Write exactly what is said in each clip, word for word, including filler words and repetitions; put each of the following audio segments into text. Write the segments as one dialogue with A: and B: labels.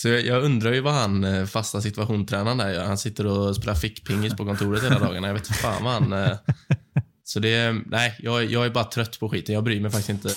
A: Så jag, jag undrar ju vad han fasta situationtränaren där gör. Han sitter och spelar fickpingis på kontoret hela dagarna. Jag vet inte fan vad han... Så det är... Nej, jag, jag är bara trött på skiten. Jag bryr mig faktiskt inte.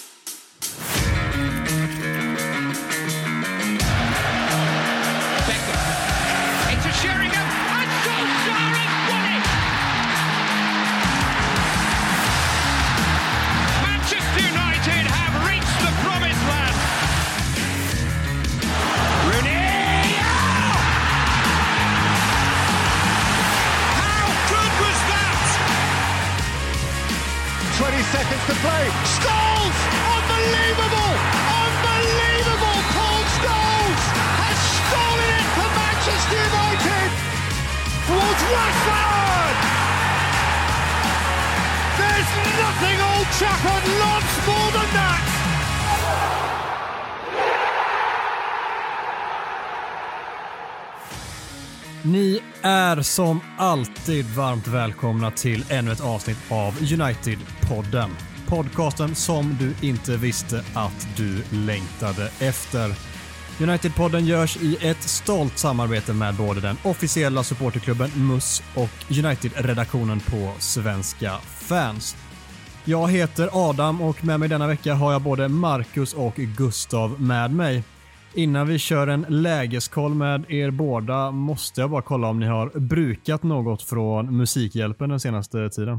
B: Seconds to play. Scholes! Unbelievable! Unbelievable! Paul Scholes has stolen it for Manchester United! Towards Rashford! There's nothing Old Trafford loves more than that!
C: Ni är som alltid varmt välkomna till ännu ett avsnitt av United-podden. Podcasten som du inte visste att du längtade efter. United-podden görs i ett stolt samarbete med både den officiella supporterklubben M U S och United-redaktionen på Svenska Fans. Jag heter Adam och med mig denna vecka har jag både Marcus och Gustav med mig. Innan vi kör en lägeskoll med er båda måste jag bara kolla om ni har brukat något från Musikhjälpen den senaste tiden.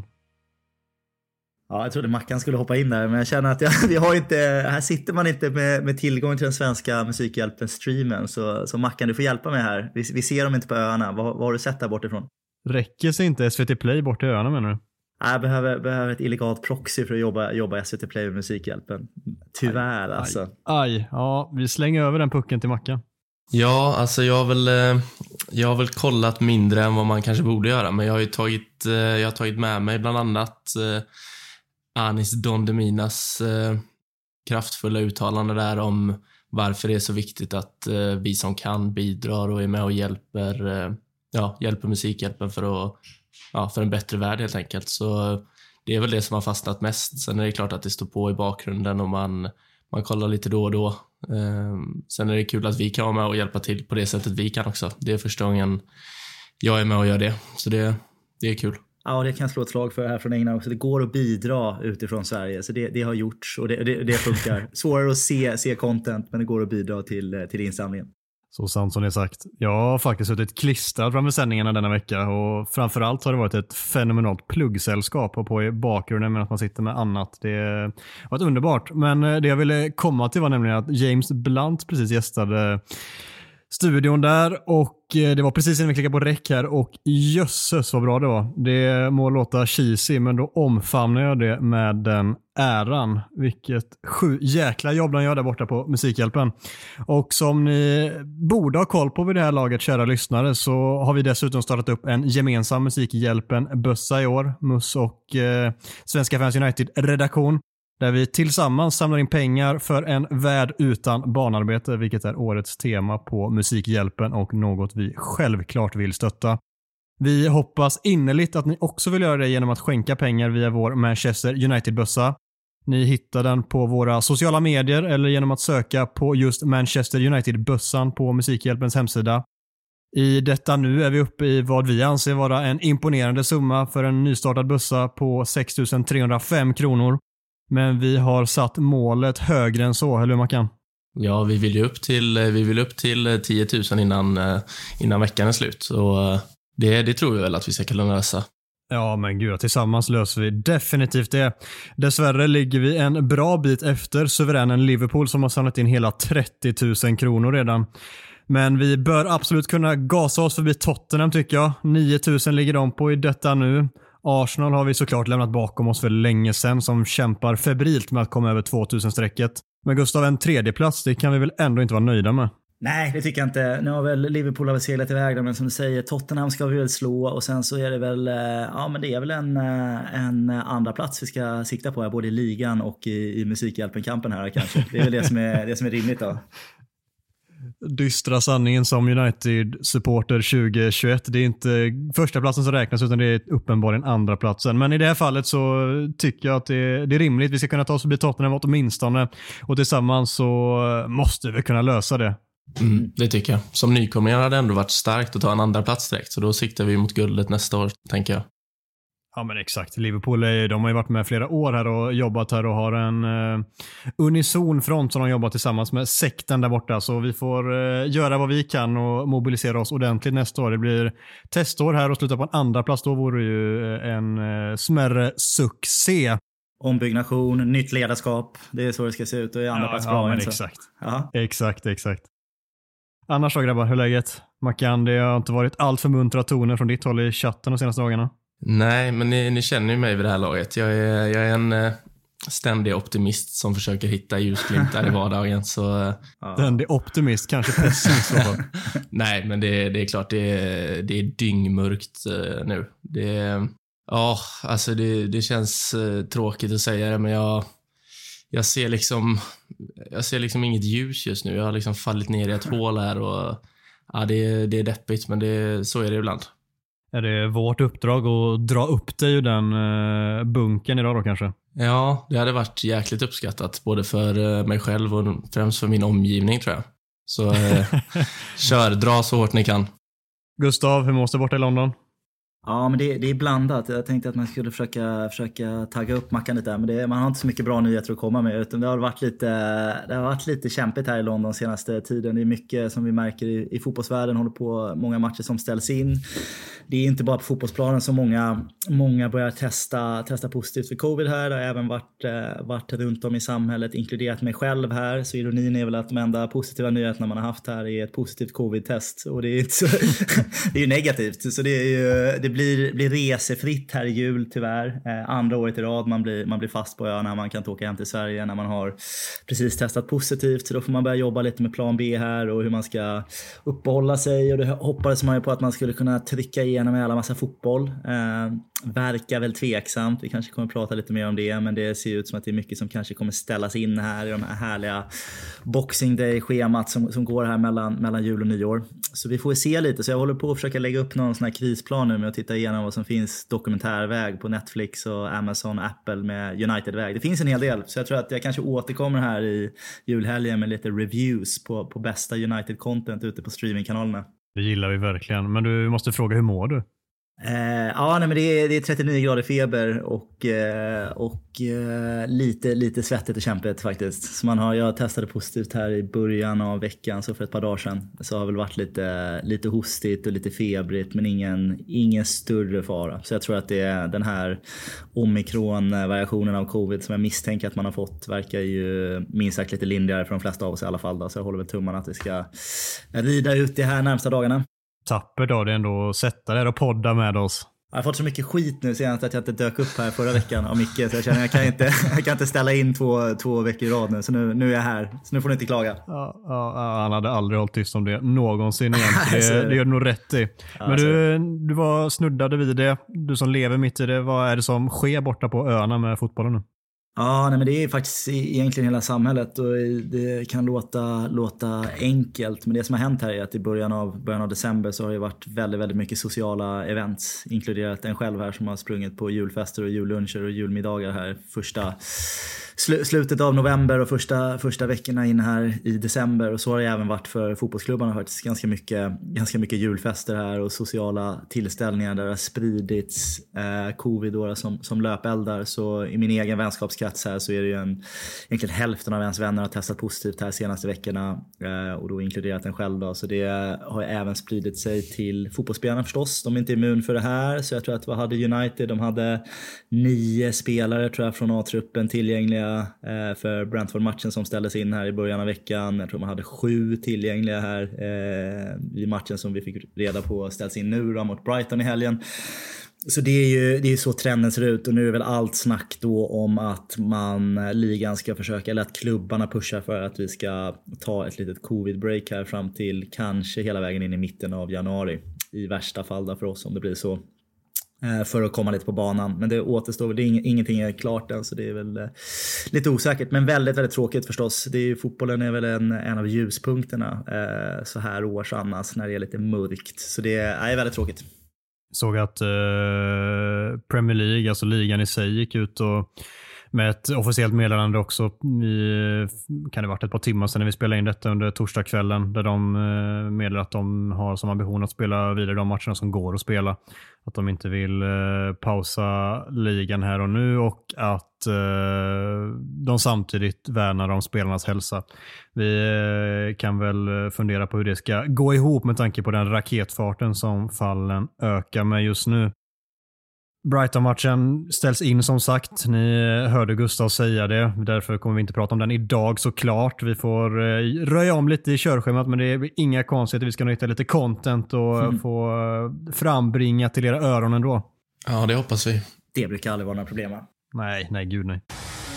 D: Ja, jag trodde Mackan skulle hoppa in där, men jag känner att jag, vi har inte, här sitter man inte med, med tillgång till den svenska Musikhjälpen-streamen. Så, så Mackan, du får hjälpa mig här. Vi, vi ser dem inte på öarna. Vad, vad har du sett där bortifrån?
C: Räcker sig inte S V T Play bort till öarna, menar du?
D: Nej, jag behöver, behöver ett illegalt proxy för att jobba, jobba S V T Play med Musikhjälpen. Tyvärr, aj, alltså.
C: Aj, aj, ja, vi slänger över den pucken till Mackan.
A: Ja, alltså jag har väl jag har väl kollat mindre än vad man kanske borde göra, men jag har ju tagit jag har tagit med mig bland annat eh, Anis Don Deminas eh, kraftfulla uttalande där om varför det är så viktigt att eh, vi som kan bidrar och är med och hjälper eh, ja, hjälper Musikhjälpen för att ja, för en bättre värld helt enkelt. Så det är väl det som har fastnat mest. Sen är det klart att det står på i bakgrunden och man man kollar lite då och då. Eh, sen är det kul att vi kan vara med och hjälpa till på det sättet vi kan också. Det är första gången jag är med och gör det. Så det, det är kul.
D: Ja, det kan jag slå ett slag för här från England också. Det går att bidra utifrån Sverige. Så det, det har gjorts och det, det, det funkar. Svårare att se, se content, men det går att bidra till, till insamlingen.
C: Så sant som det är sagt. Jag har faktiskt suttit klistrad framför sändningarna denna vecka och framförallt har det varit ett fenomenalt pluggsällskap och på i bakgrunden med att man sitter med annat. Det har varit underbart. Men det jag ville komma till var nämligen att James Blunt precis gästade studion där och det var precis innan vi klickade på räck här och jösses vad bra det var. Det må låta cheesy, men då omfamnar jag det med den äran. Vilket sju jäkla jobb de gör där borta på Musikhjälpen. Och som ni borde ha koll på vid det här laget, kära lyssnare, så har vi dessutom startat upp en gemensam Musikhjälpen-bössa i år. M U S och eh, Svenska Fans United-redaktion. Där vi tillsammans samlar in pengar för en värld utan barnarbete, vilket är årets tema på Musikhjälpen och något vi självklart vill stötta. Vi hoppas innerligt att ni också vill göra det genom att skänka pengar via vår Manchester United-bössa. Ni hittar den på våra sociala medier eller genom att söka på just Manchester United-bössan på Musikhjälpens hemsida. I detta nu är vi uppe i vad vi anser vara en imponerande summa för en nystartad bössa på sex tusen trehundrafem kronor. Men vi har satt målet högre än så, eller hur man kan?
A: Ja, vi vill ju upp till vi vill upp till tio tusen innan innan veckan är slut. Så det det tror vi väl att vi ska kunna lösa.
C: Ja, men gud, tillsammans löser vi definitivt det. Dessvärre ligger vi en bra bit efter suveränen Liverpool som har samlat in hela trettio tusen kronor redan. Men vi bör absolut kunna gasa oss förbi Tottenham tycker jag. nio tusen ligger de på i detta nu. Arsenal har vi såklart lämnat bakom oss för länge sedan som kämpar febrilt med att komma över tvåtusen-strecket. Men Gustav, en tredje plats, det kan vi väl ändå inte vara nöjda med?
D: Nej, det tycker jag inte. Nu har väl Liverpool har väl seglat iväg, men som du säger, Tottenham ska vi väl slå och sen så är det väl, ja men det är väl en, en andra plats vi ska sikta på här, både i ligan och i, i Musikhjälpen-kampen här kanske. Det är väl det som är, det som är rimligt då.
C: Dystra sanningen som United-supporter tjugo tjugoett. Det är inte första platsen som räknas utan det är uppenbarligen andra platsen. Men i det här fallet så tycker jag att det, det är rimligt. Vi ska kunna ta oss förbi Tottenham åtminstone och tillsammans så måste vi kunna lösa det.
A: Mm, det tycker jag. Som nykomling hade det ändå varit starkt att ta en andra plats direkt. Så då siktar vi mot guldet nästa år, tänker jag.
C: Ja men exakt. Liverpool är, de har ju varit med flera år här och jobbat här och har en uh, unison front som de jobbar tillsammans med sekten där borta. Så vi får uh, göra vad vi kan och mobilisera oss ordentligt nästa år. Det blir testår här och sluta på en andra plats. Då vore ju uh, en uh, smärre succé.
D: Ombyggnation, nytt ledarskap. Det är så det ska se ut och i andra
C: ja,
D: plats
C: ja,
D: bra.
C: Men exakt. exakt, exakt. Annars då grabbar, hur är läget? Mackan, det har inte varit allt för muntra toner från ditt håll i chatten de senaste dagarna.
A: Nej, men ni, ni känner ju mig vid det här laget. Jag är, jag är en eh, ständig optimist som försöker hitta ljusglimtar i vardagen. Så, eh,
C: ständig optimist, kanske pessimist.
A: Nej, men det, det är klart, det är, det är dyngmörkt eh, nu. Det är, ja, alltså det, det känns eh, tråkigt att säga det, men jag, jag, ser liksom, jag ser liksom inget ljus just nu. Jag har liksom fallit ner i ett hål här och ja, det, det är deppigt, men det, så är det ibland.
C: Är det vårt uppdrag att dra upp dig ur den uh, bunken idag då kanske?
A: Ja, det hade varit jäkligt uppskattat. Både för uh, mig själv och främst för min omgivning tror jag. Så uh, kör, dra så hårt ni kan.
C: Gustav, hur måste borta i London?
D: Ja, men det, det är blandat. Jag tänkte att man skulle försöka, försöka tagga upp Mackan lite där, men det, man har inte så mycket bra nyheter att komma med. Utan det har varit lite, det har varit lite kämpigt här i London senaste tiden. Det är mycket som vi märker i, i fotbollsvärlden, håller på många matcher som ställs in. Det är inte bara på fotbollsplanen som många, många börjar testa, testa positivt för covid här. Det har även varit, varit runt om i samhället, inkluderat mig själv här. Så ironin är väl att de enda positiva nyheterna man har haft här är ett positivt covid-test. Och det är, inte så, det är ju negativt. Så det, är ju, det blir, blir resefritt här i jul tyvärr. Eh, andra året i rad man blir, man blir fast på öarna. Man kan inte åka hem till Sverige när man har precis testat positivt. Så då får man börja jobba lite med plan B här och hur man ska uppehålla sig. Och det hoppades man ju på att man skulle kunna trycka igenom en jävla massa fotboll. Eh, verkar väl tveksamt. Vi kanske kommer att prata lite mer om det. Men det ser ut som att det är mycket som kanske kommer ställas in här i de här härliga Boxing Day-schemat som, som går här mellan, mellan jul och nyår. Så vi får se lite. Så jag håller på att försöka lägga upp någon sån här krisplan nu med att titta igenom vad som finns dokumentärväg på Netflix och Amazon, Apple med United-väg. Det finns en hel del. Så jag tror att jag kanske återkommer här i julhelgen med lite reviews på, på bästa United-content ute på streamingkanalerna.
C: Det gillar vi verkligen. Men du måste fråga, hur mår du?
D: Eh, ja, nej, men det är, det är trettionio grader feber och, eh, och eh, lite, lite svettigt och kämpigt faktiskt. Så man har, jag testade positivt här i början av veckan, så för ett par dagar sedan. Så har det väl varit lite, lite hostigt och lite febrigt, men ingen, ingen större fara. Så jag tror att det är den här omikron-variationen av covid som jag misstänker att man har fått, verkar ju minst sagt lite lindrigare för de flesta av oss i alla fall. Då. Så jag håller väl tummarna att det ska rida ut det här närmsta dagarna.
C: Tapper då, det är ändå att sätta där och podda med oss.
D: Jag har fått så mycket skit nu senast att jag inte dök upp här förra veckan av Micke. Så jag känner att jag kan inte, jag kan inte ställa in två, två veckor i rad nu. Så nu, nu är jag här. Så nu får ni inte klaga.
C: Ja, ja, han hade aldrig hållit tyst om det någonsin igen. Det, det gör du nog rätt i. Men du, du var snuddade vid det. Du som lever mitt i det. Vad är det som sker borta på öarna med fotbollen nu?
D: Ja, nej, men det är faktiskt egentligen hela samhället och det kan låta, låta enkelt. Men det som har hänt här är att i början av, början av december så har det varit väldigt, väldigt mycket sociala events. Inkluderat en själv här som har sprungit på julfester och julluncher och julmiddagar här första sl- slutet av november och första, första veckorna in här i december. Och så har det även varit för fotbollsklubbarna faktiskt. Ganska mycket, ganska mycket julfester här och sociala tillställningar där det har spridits eh, covid då, som, som löpeldar. Så i min egen vänskapskrets här så är det ju en, egentligen hälften av ens vänner har testat positivt här senaste veckorna eh, och då inkluderat en själv då. Så det har även spridit sig till fotbollsspelarna förstås. De är inte immun för det här, så jag tror att vad hade United? De hade nio spelare tror jag från A-truppen tillgängliga eh, för Brentford-matchen som ställdes in här i början av veckan. Jag tror man hade sju tillgängliga här eh, i matchen som vi fick reda på ställs in nu då, mot Brighton i helgen. Så det är ju det är så trenden ser ut och nu är väl allt snack då om att man ligan ska försöka, eller att klubbarna pushar för att vi ska ta ett litet covid-break här fram till kanske hela vägen in i mitten av januari. I värsta fall då för oss om det blir så. För att komma lite på banan. Men det återstår, det är ingenting är klart än så det är väl lite osäkert. Men väldigt, väldigt tråkigt förstås. Det är ju, fotbollen är väl en, en av ljuspunkterna eh, så här års annars när det är lite mörkt. Så det är, är väldigt tråkigt.
C: Såg att eh, Premier League, alltså ligan i sig, gick ut och med ett officiellt meddelande också. I, kan det ha varit ett par timmar sedan när vi spelade in detta under torsdagskvällen, där de eh, meddelar att de har som ambition att spela vidare de matcherna som går att spela. Att de inte vill eh, pausa ligan här och nu, och att eh, de samtidigt värnar om spelarnas hälsa. Vi eh, kan väl fundera på hur det ska gå ihop med tanke på den raketfarten som fallen ökar med just nu. Brighton-matchen ställs in som sagt. Ni hörde Gustav säga det. Därför kommer vi inte prata om den idag såklart. Vi får eh, röja om lite i körschemat, men det är inga konstigheter. Vi ska nog hitta lite content och mm. få eh, frambringa till era öron ändå.
A: Ja, det hoppas vi.
D: Det brukar aldrig vara några problem.
C: Nej, nej gud nej.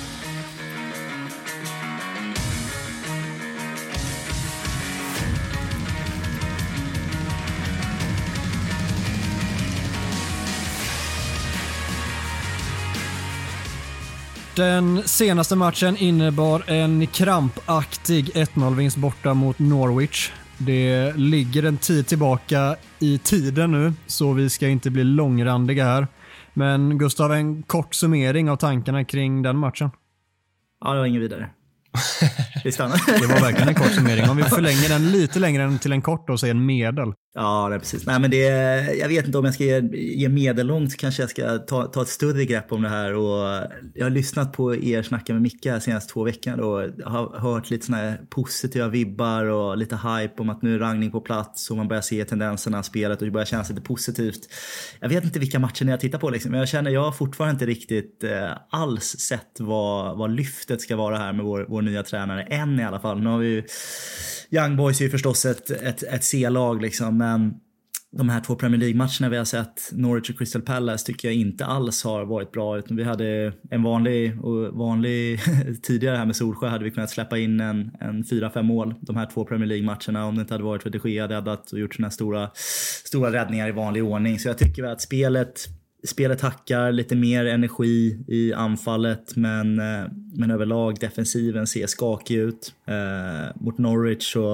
C: Den senaste matchen innebar en krampaktig ett noll-vinst borta mot Norwich. Det ligger en tid tillbaka i tiden nu, så vi ska inte bli långrandiga här. Men Gustav, en kort summering av tankarna kring den matchen.
D: Ja, det var ingen vidare. Vi stannar.
C: Det var verkligen en kort summering. Om vi förlänger den lite längre än till en kort och säger en medel.
D: Ja, det är precis. Nej, men det, jag vet inte om jag ska ge, ge medellångt, kanske jag ska ta, ta ett större grepp om det här. Och jag har lyssnat på er snacka med Micke här senaste två veckorna och har hört lite såna här positiva vibbar och lite hype om att nu är Rangnick på plats och man börjar se tendenserna i spelet och det börjar kännas lite positivt. Jag vet inte vilka matcher jag tittar på liksom, men jag känner jag har fortfarande inte riktigt eh, alls sett vad, vad lyftet ska vara här med vår, vår nya tränare. Än i alla fall. Nu har vi ju Young Boys är ju förstås ett, ett, ett C-lag liksom, men de här två Premier League-matcherna vi har sett, Norwich och Crystal Palace, tycker jag inte alls har varit bra. Utan vi hade en vanlig, och vanlig tidigare här med Solskjær hade vi kunnat släppa in en, en fyra fem mål. De här två Premier League-matcherna, om det inte hade varit för De Gea räddat och gjort såna här stora, stora räddningar i vanlig ordning. Så jag tycker att spelet Spelet hackar, lite mer energi i anfallet, men, men överlag defensiven ser skakig ut. Eh, mot Norwich så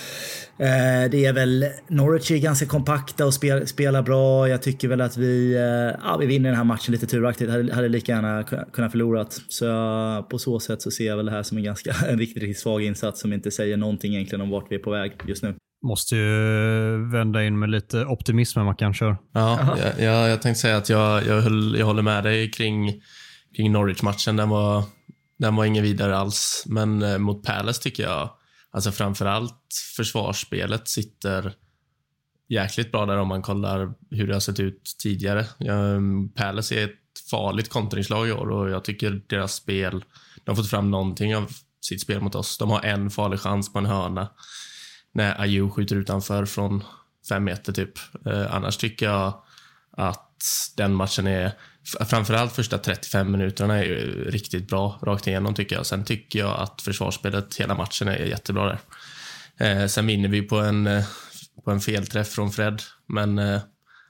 D: eh, det är väl, Norwich är ganska kompakta och spel, spelar bra. Jag tycker väl att vi, eh, ja, vi vinner den här matchen lite turaktigt. Hade, hade lika gärna kunnat förlorat. Så uh, på så sätt så ser jag väl det här som en ganska en riktigt, riktigt svag insats som inte säger någonting egentligen om vart vi är på väg just nu.
C: Måste ju vända in med lite optimism när man kan köra.
A: Ja, jag, jag, jag tänkte säga att jag, jag, höll, jag håller med dig kring, kring Norwich-matchen. Den var, den var ingen vidare alls. Men eh, mot Palace tycker jag, alltså framförallt försvarsspelet sitter jäkligt bra där om man kollar hur det har sett ut tidigare. Jag, Palace är ett farligt kontringslag i år och jag tycker deras spel, de har fått fram någonting av sitt spel mot oss. De har en farlig chans på en hörna när Ayew skjuter utanför från fem meter typ. Eh, annars tycker jag att den matchen är, framförallt första trettiofem minuterna är ju riktigt bra rakt igenom tycker jag. Sen tycker jag att försvarsspelet hela matchen är jättebra där. Eh, sen vinner vi på en, eh, på en felträff från Fred, men eh,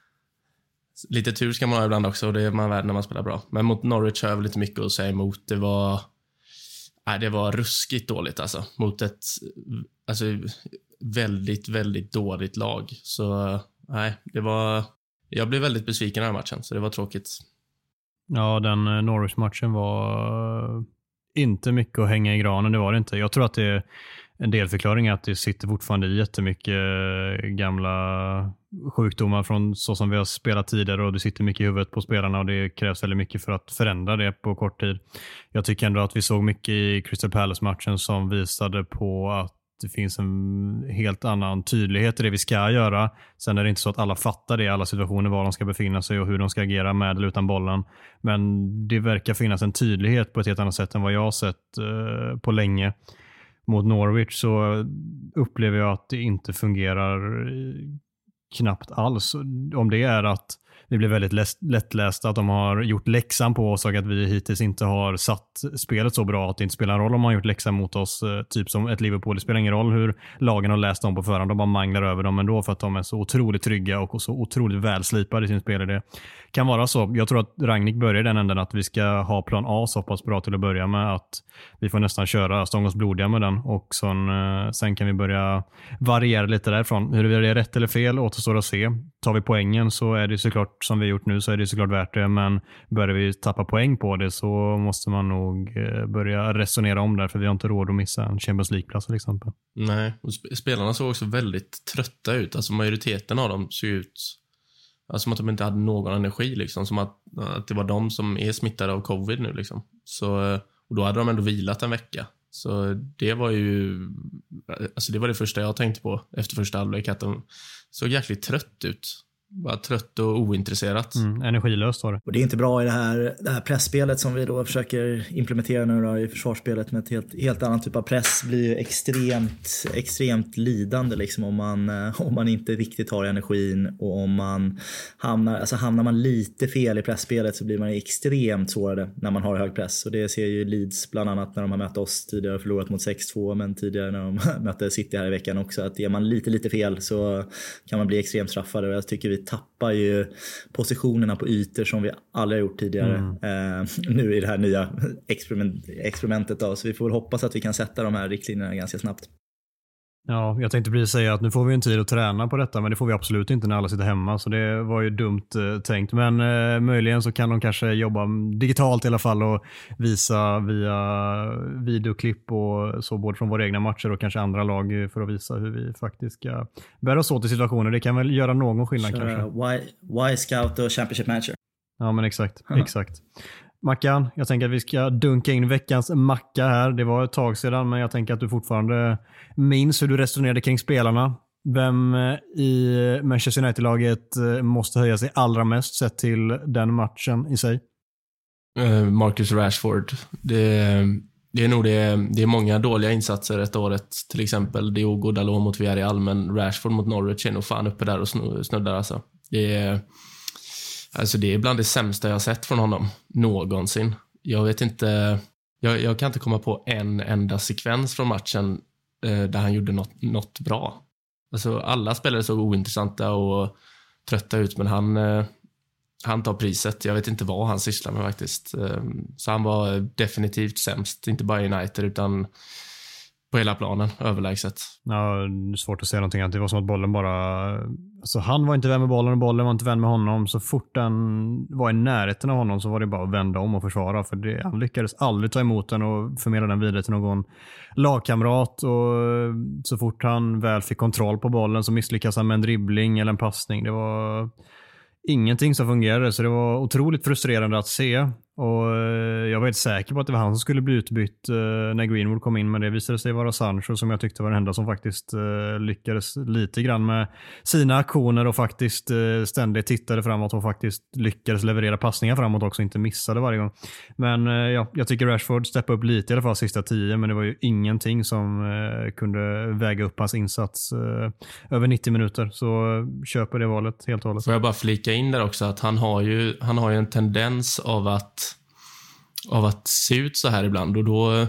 A: lite tur ska man ha ibland också och det är man värd när man spelar bra. Men mot Norwich har jag lite mycket att säga emot. Det var, nej, det var ruskigt dåligt alltså. Mot ett alltså, väldigt, väldigt dåligt lag. Så nej, det var, jag blev väldigt besviken i den här matchen, så det var tråkigt.
C: Ja, den Norwich-matchen var inte mycket att hänga i granen, det var det inte. Jag tror att det är en delförklaring att det sitter fortfarande i jättemycket gamla sjukdomar från så som vi har spelat tidigare och det sitter mycket i huvudet på spelarna och det krävs väldigt mycket för att förändra det på kort tid. Jag tycker ändå att vi såg mycket i Crystal Palace-matchen som visade på att det finns en helt annan tydlighet i det vi ska göra. Sen är det inte så att alla fattar det i alla situationer, var de ska befinna sig och hur de ska agera med eller utan bollen. Men det verkar finnas en tydlighet på ett helt annat sätt än vad jag har sett eh, på länge. Mot Norwich så upplever jag att det inte fungerar knappt alls. Om det är att vi blir väldigt lättlästa, att de har gjort läxan på oss och att vi hittills inte har satt spelet så bra att det inte spelar en roll om man har gjort läxan mot oss. Typ som ett Liverpool, det spelar ingen roll hur lagen har läst dem på förhand. De bara manglar över dem ändå för att de är så otroligt trygga och så otroligt välslipade i sin spel. Det kan vara så. Jag tror att Rangnick börjar i den änden att vi ska ha plan A så pass bra till att börja med att vi får nästan köra stångos blodiga med den och sen, sen kan vi börja variera lite därifrån. Huruvida det är rätt eller fel återstår att se. Tar vi poängen så är det såklart kört som vi har gjort nu så är det såklart värt det, men börjar vi tappa poäng på det så måste man nog börja resonera om det, för vi har inte råd att missa en Champions League-plats till exempel.
A: Nej, och sp- spelarna såg också väldigt trötta ut. Alltså majoriteten av dem såg ut alltså, som att de inte hade någon energi liksom, som att, att det var de som är smittade av covid nu liksom. Så, och då hade de ändå vilat en vecka. Så det var ju alltså det var det första jag tänkte på efter första halvlek, att de såg jäkligt trött ut. Bara trött och ointresserat.
C: Mm, energilöst var det.
D: Och det är inte bra i det här, det här pressspelet som vi då försöker implementera nu då, i försvarsspelet med ett helt, helt annan typ av press. Blir ju extremt, extremt lidande liksom, om man, om man inte riktigt har energin, och om man hamnar, alltså hamnar man lite fel i pressspelet så blir man extremt sårade när man har hög press. Och det ser ju Leeds bland annat när de har mött oss tidigare och förlorat mot sex två, men tidigare när de mötte City här i veckan också, att är man lite lite fel så kan man bli extremt straffad. Och jag tycker vi tappar ju positionerna på ytor som vi aldrig har gjort tidigare mm. eh, nu i det här nya experiment, experimentet då. Så vi får väl hoppas att vi kan sätta de här riktlinjerna ganska snabbt.
C: Ja, jag tänkte precis säga att nu får vi en tid att träna på detta, men det får vi absolut inte när alla sitter hemma, så det var ju dumt eh, tänkt. Men eh, möjligen så kan de kanske jobba digitalt i alla fall och visa via videoklipp och så, både från våra egna matcher och kanske andra lag, för att visa hur vi faktiskt ska bära oss åt i situationer. Det kan väl göra någon skillnad. Kör, kanske.
D: Y-Scout och Championship Manager.
C: Ja, men exakt, mm. exakt. Mackan, jag tänker att vi ska dunka in veckans macka här. Det var ett tag sedan, men jag tänker att du fortfarande minns hur du resonerade kring spelarna. Vem i Manchester United-laget måste höja sig allra mest sett till den matchen i sig?
A: Uh, Marcus Rashford. Det, det är nog det, det är många dåliga insatser ett året. Till exempel Diogo Dalot mot Villarreal, men Rashford mot Norwich är nog fan uppe där och snuddar alltså. Det är... Alltså det är bland det sämsta jag har sett från honom någonsin. Jag vet inte, jag, jag kan inte komma på en enda sekvens från matchen eh, där han gjorde något, något bra. Alltså alla spelare såg ointressanta och trötta ut, men han, eh, han tar priset. Jag vet inte vad han sysslar med faktiskt. Eh, så han var definitivt sämst, inte bara i United utan på hela planen, överlägset.
C: Ja, det är svårt att säga någonting. Det var som att bollen bara... Alltså han var inte vän med bollen och bollen var inte vän med honom. Så fort den var i närheten av honom så var det bara att vända om och försvara. För det, han lyckades aldrig ta emot den och förmedla den vidare till någon lagkamrat. Och så fort han väl fick kontroll på bollen så misslyckades han med en dribbling eller en passning. Det var ingenting som fungerade, så det var otroligt frustrerande att se. Och jag var helt säker på att det var han som skulle bli utbytt när Greenwood kom in, men det visade sig vara Sancho som jag tyckte var den enda som faktiskt lyckades lite grann med sina aktioner och faktiskt ständigt tittade framåt och faktiskt lyckades leverera passningar framåt också, inte missade varje gång. Men ja, jag tycker Rashford steppade upp lite i alla fall sista tio, men det var ju ingenting som kunde väga upp hans insats över nittio minuter, så köper det valet helt och hållet.
A: Får jag bara flika in där också att han har ju, han har ju en tendens av att av att se ut så här ibland, och då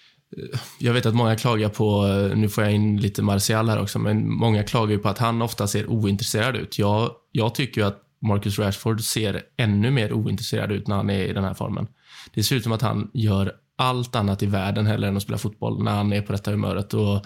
A: jag vet att många klagar på, nu får jag in lite Martial här också, men många klagar ju på att han ofta ser ointresserad ut. Jag, jag tycker ju att Marcus Rashford ser ännu mer ointresserad ut när han är i den här formen. Det ser ut som att han gör allt annat i världen hellre än att spela fotboll när han är på detta humöret, och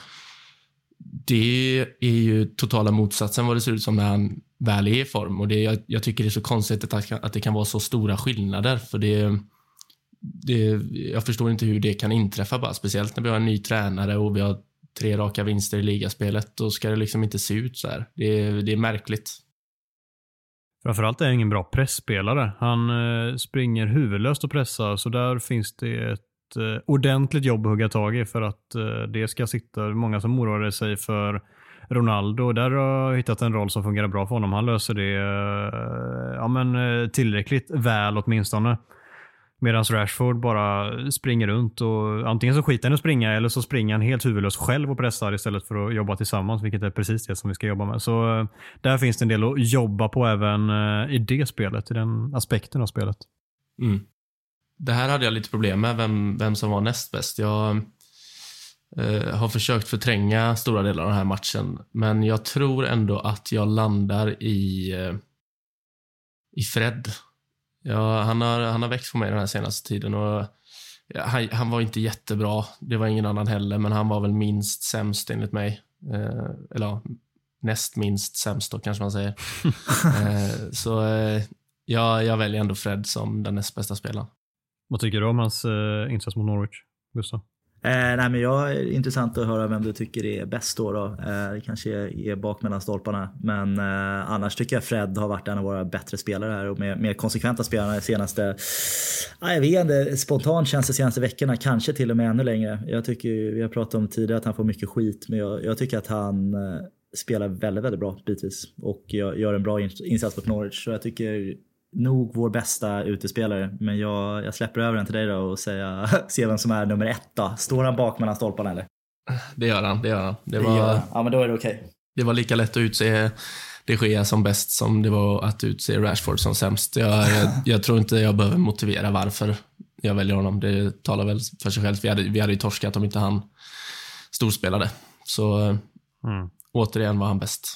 A: det är ju totala motsatsen vad det ser ut som när han väl är i form, och det, jag, jag tycker det är så konstigt att, att det kan vara så stora skillnader, för det Det, jag förstår inte hur det kan inträffa, bara speciellt när vi har en ny tränare och vi har tre raka vinster i ligaspelet. Då ska det liksom inte se ut så här. Det, det är märkligt.
C: Framförallt är han ingen bra pressspelare. Han eh, springer huvudlöst och pressar, så där finns det ett eh, ordentligt jobb att hugga tag i för att eh, det ska sitta. Många som oroar sig för Ronaldo, där har jag hittat en roll som fungerar bra för honom. Han löser det eh, ja, men, eh, tillräckligt väl åtminstone. Medan Rashford bara springer runt och antingen så skiter han att springa eller så springer han helt huvudlös själv och pressar istället för att jobba tillsammans, vilket är precis det som vi ska jobba med. Så där finns det en del att jobba på även i det spelet, i den aspekten av spelet.
A: Mm. Det här hade jag lite problem med, vem, vem som var näst bäst. Jag eh, har försökt förtränga stora delar av den här matchen, men jag tror ändå att jag landar i, eh, i Fred. Ja, han har, han har växt på mig den här senaste tiden, och ja, han, han var inte jättebra. Det var ingen annan heller, men han var väl minst sämst enligt mig. Eh, eller ja, näst minst sämst då, kanske man säger. eh, så eh, jag, jag väljer ändå Fred som den näst bästa spelaren.
C: Vad tycker du om hans eh, insats mot Norwich, Gustav?
D: Eh, nej, men jag är intressant att höra vem du tycker är bäst då. då. Eh, det kanske är, är bak mellan stolparna. Men eh, annars tycker jag Fred har varit en av våra bättre spelare här och mer, mer konsekventa spelare de senaste... Ah, jag vet inte, spontant känns det senaste veckorna, kanske till och med ännu längre. Jag tycker, vi har pratat om tidigare att han får mycket skit, men jag, jag tycker att han eh, spelar väldigt, väldigt bra bitvis och jag, gör en bra insats på Norwich. Så jag tycker nog vår bästa utespelare, men jag, jag släpper över den till dig då och säga, se vem som är nummer ett då. Står han bak mellan stolparna eller?
A: Det gör han, det gör han. Det,
D: det
A: var,
D: gör han. Ja, men då är det okej. Okay.
A: Det var lika lätt att utse De Gea som bäst som det var att utse Rashford som sämst. Jag, jag, jag tror inte jag behöver motivera varför jag väljer honom. Det talar väl för sig själv. Vi hade, vi hade ju torskat om inte han storspelade. Så mm. återigen var han bäst.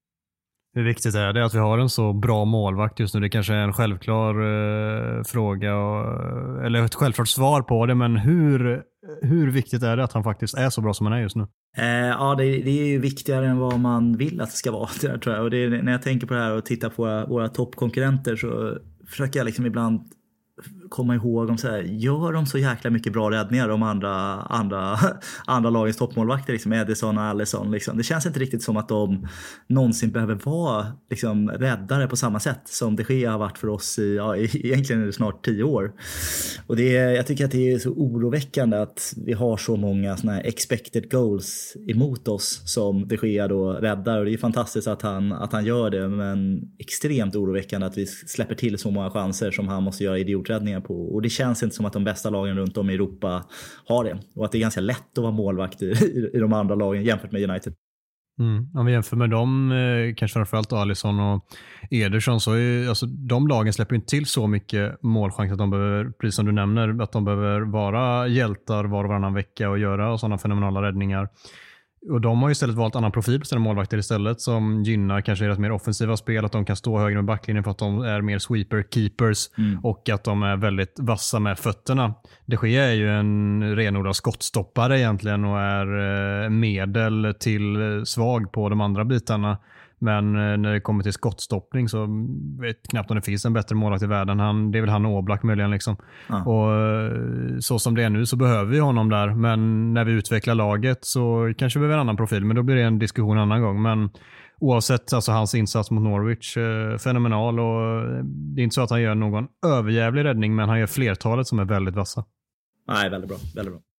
C: Hur viktigt är det att vi har en så bra målvakt just nu? Det kanske är en självklar eh, fråga och, eller ett självklart svar på det, men hur, hur viktigt är det att han faktiskt är så bra som han är just nu?
D: Eh, ja, det, det är ju viktigare än vad man vill att det ska vara, det där, tror jag. Och det är, när jag tänker på det här och tittar på våra, våra toppkonkurrenter så försöker jag liksom ibland komma ihåg om så här, gör de så jäkla mycket bra räddningar om andra andra andra lagens toppmålvakter liksom Edison och Alisson liksom. Det känns inte riktigt som att de någonsin behöver vara liksom räddare på samma sätt som De Gea har varit för oss i, ja, egentligen snart tio år. Och det är, jag tycker att det är så oroväckande att vi har så många såna här expected goals emot oss som De Gea då räddar, och det är fantastiskt att han att han gör det, men extremt oroväckande att vi släpper till så många chanser som han måste göra idiot räddningar på, och det känns inte som att de bästa lagen runt om i Europa har det, och att det är ganska lätt att vara målvakt i, i, i de andra lagen jämfört med United.
C: Mm. Om vi jämför med dem, eh, kanske framförallt Alisson och Ederson, så är, alltså, de lagen släpper inte till så mycket målchans att de behöver, precis som du nämner, att de behöver vara hjältar var och varannan vecka och göra sådana fenomenala räddningar. Och de har ju istället valt annan profil på sina målvakter istället, som gynnar kanske deras mer offensiva spel, att de kan stå högre med backlinjen för att de är mer sweeper-keepers mm. och att de är väldigt vassa med fötterna. De Gea är ju en renodlad skottstoppare egentligen och är medel till svag på de andra bitarna. Men när det kommer till skottstoppning så vet knappt om det finns en bättre målvakt i världen. Han, det är väl han och Oblak möjligen liksom. Ja. Och så som det är nu så behöver vi honom där. Men när vi utvecklar laget så kanske vi behöver en annan profil. Men då blir det en diskussion en annan gång. Men oavsett, alltså hans insats mot Norwich, eh, fenomenal. Och det är inte så att han gör någon överjävlig räddning, men han gör flertalet som är väldigt vassa.
D: Nej, väldigt bra. Väldigt bra.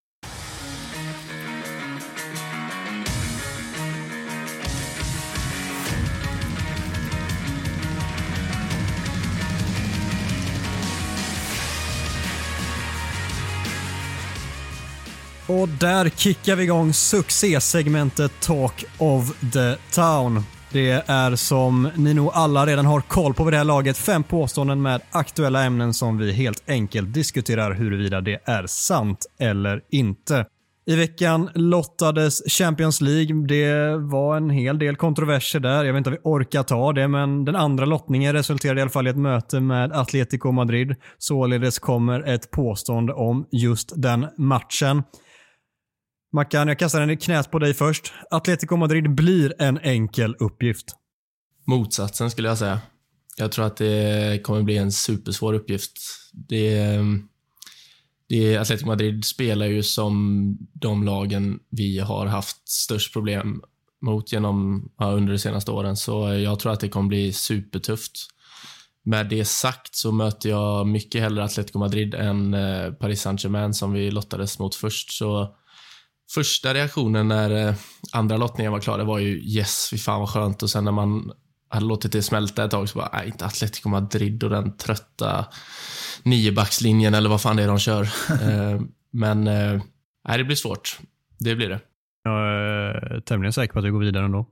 C: Och där kickar vi igång succésegmentet Talk of the Town. Det är, som ni nog alla redan har koll på vid det här laget, fem påståenden med aktuella ämnen som vi helt enkelt diskuterar huruvida det är sant eller inte. I veckan lottades Champions League. Det var en hel del kontroverser där. Jag vet inte om vi orkar ta det, men den andra lottningen resulterade i alla fall i ett möte med Atletico Madrid. Således kommer ett påstående om just den matchen. Mackan, jag kastar den i knät på dig först. Atletico Madrid blir en enkel uppgift.
A: Motsatsen skulle jag säga. Jag tror att det kommer bli en supersvår uppgift. Det, det, Atletico Madrid spelar ju som de lagen vi har haft störst problem mot genom, ja, under de senaste åren. Så jag tror att det kommer bli supertufft. Med det sagt så möter jag mycket hellre Atletico Madrid än Paris Saint-Germain som vi lottades mot först. Så första reaktionen när andra lottningen var klar, det var ju yes, fy fan vad skönt. Och sen när man hade låtit det smälta ett tag så bara, nej, inte Atletico Madrid och den trötta niobackslinjen eller vad fan det är de kör. Men nej, det blir svårt. Det blir det.
C: Jag är tämligen säker på att vi går vidare ändå.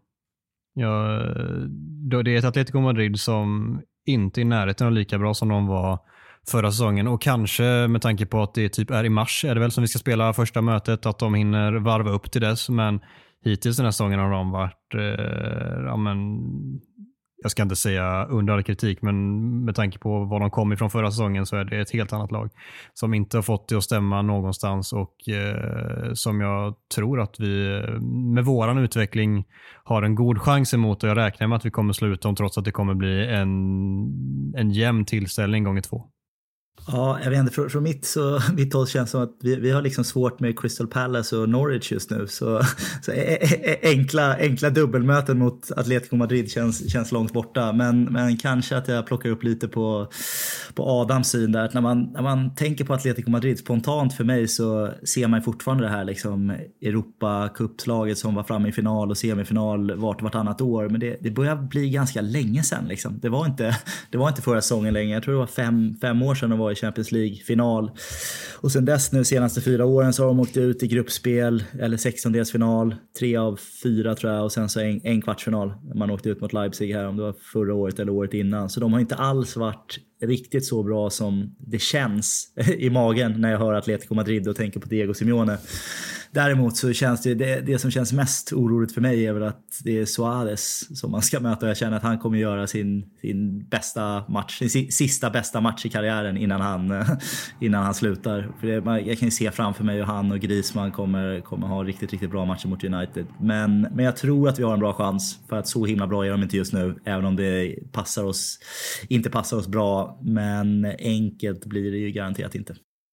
C: Jag, det är ett Atletico Madrid som inte är i närheten av lika bra som de var förra säsongen, och kanske med tanke på att det typ är i mars är det väl som vi ska spela första mötet, att de hinner varva upp till dess, men hittills den här säsongen har de varit eh, ja, men, jag ska inte säga under all kritik, men med tanke på var de kom ifrån förra säsongen så är det ett helt annat lag som inte har fått det att stämma någonstans och eh, som jag tror att vi med våran utveckling har en god chans emot, och jag räknar med att vi kommer sluta dem trots att det kommer bli en, en jämn tillställning gånger två.
D: Ja, jag vet inte, från, från mitt, så, mitt håll känns som att vi, vi har liksom svårt med Crystal Palace och Norwich just nu. Så, så ä, ä, enkla, enkla dubbelmöten mot Atletico Madrid känns, känns långt borta. Men, men kanske att jag plockar upp lite på, på Adams syn där. Att när, man, när man tänker på Atletico Madrid spontant för mig så ser man fortfarande det här liksom Europa-cupslaget som var framme i final och semifinal vart vartannat år. Men det, det börjar bli ganska länge sedan. Liksom. Det, var inte, det var inte förra säsongen länge. Jag tror det var fem, fem år sedan de var i Champions League-final. Och sen dess nu senaste fyra åren så har de åkt ut i gruppspel eller sextondelsfinal. Tre av fyra tror jag, och sen så en, en kvartsfinal. Man åkte ut mot Leipzig här, om det var förra året eller året innan. Så de har inte alls varit riktigt så bra som det känns i magen när jag hör Atletico Madrid och tänker på Diego Simeone. Däremot så känns det, det, det som känns mest oroligt för mig är väl att det är Suarez som man ska möta. Jag känner att han kommer göra sin, sin bästa match, sin sista bästa match i karriären innan han, innan han slutar. För det, jag kan ju se framför mig hur han och Griezmann kommer, kommer ha riktigt, riktigt bra matcher mot United. Men, men jag tror att vi har en bra chans, för att så himla bra är de inte just nu, även om det passar oss, inte passar oss bra. Men enkelt blir det ju garanterat inte.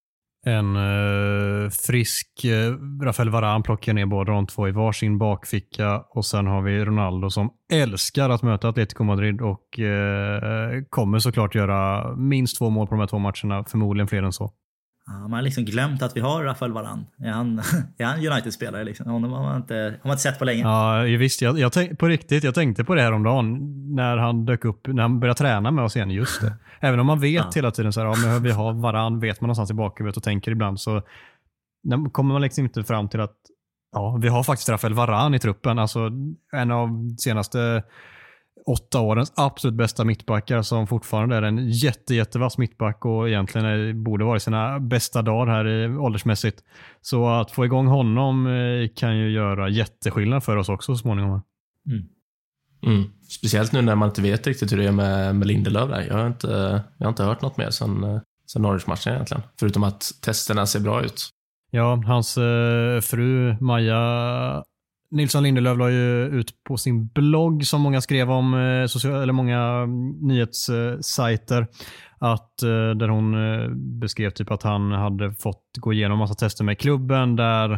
C: En eh, frisk eh, Rafael Varane plockar ner båda de två i varsin bakficka, och sen har vi Ronaldo som älskar att möta Atletico Madrid och eh, kommer såklart göra minst två mål på de här två matcherna, förmodligen fler än så.
D: Ja, man har liksom glömt att vi har Rafael Varane. Är han, är han United-spelare? Liksom? Honom har man inte, har man inte sett på länge.
C: Ja, visst. Jag, jag tänk, på riktigt, jag tänkte på det här om dagen när han dök upp, när han började träna med oss igen. Just det. Även om man vet ja. hela tiden så här, ja, men vi har Varane, vet man någonstans i bakhuvudet och tänker ibland, så när, kommer man liksom inte fram till att ja, vi har faktiskt Rafael Varane i truppen. Alltså en av de senaste åtta årens absolut bästa mittbackar, som fortfarande är en jätte, jättevass mittback och egentligen är, borde vara i sina bästa dagar här i åldersmässigt. Så att få igång honom kan ju göra jätteskillnad för oss också så småningom.
A: Mm. Mm. Speciellt nu när man inte vet riktigt hur det är med, med Lindelöf där. Jag har inte, jag har inte hört något mer sedan, sedan Norwich-matchen egentligen. Förutom att testerna ser bra ut.
C: Ja, hans eh, fru Maja Nilsson Lindelöf la ju ut på sin blogg, som många skrev om, eh, social, eller många nyhetssajter, att eh, där hon eh, beskrev typ att han hade fått gå igenom massa tester med klubben där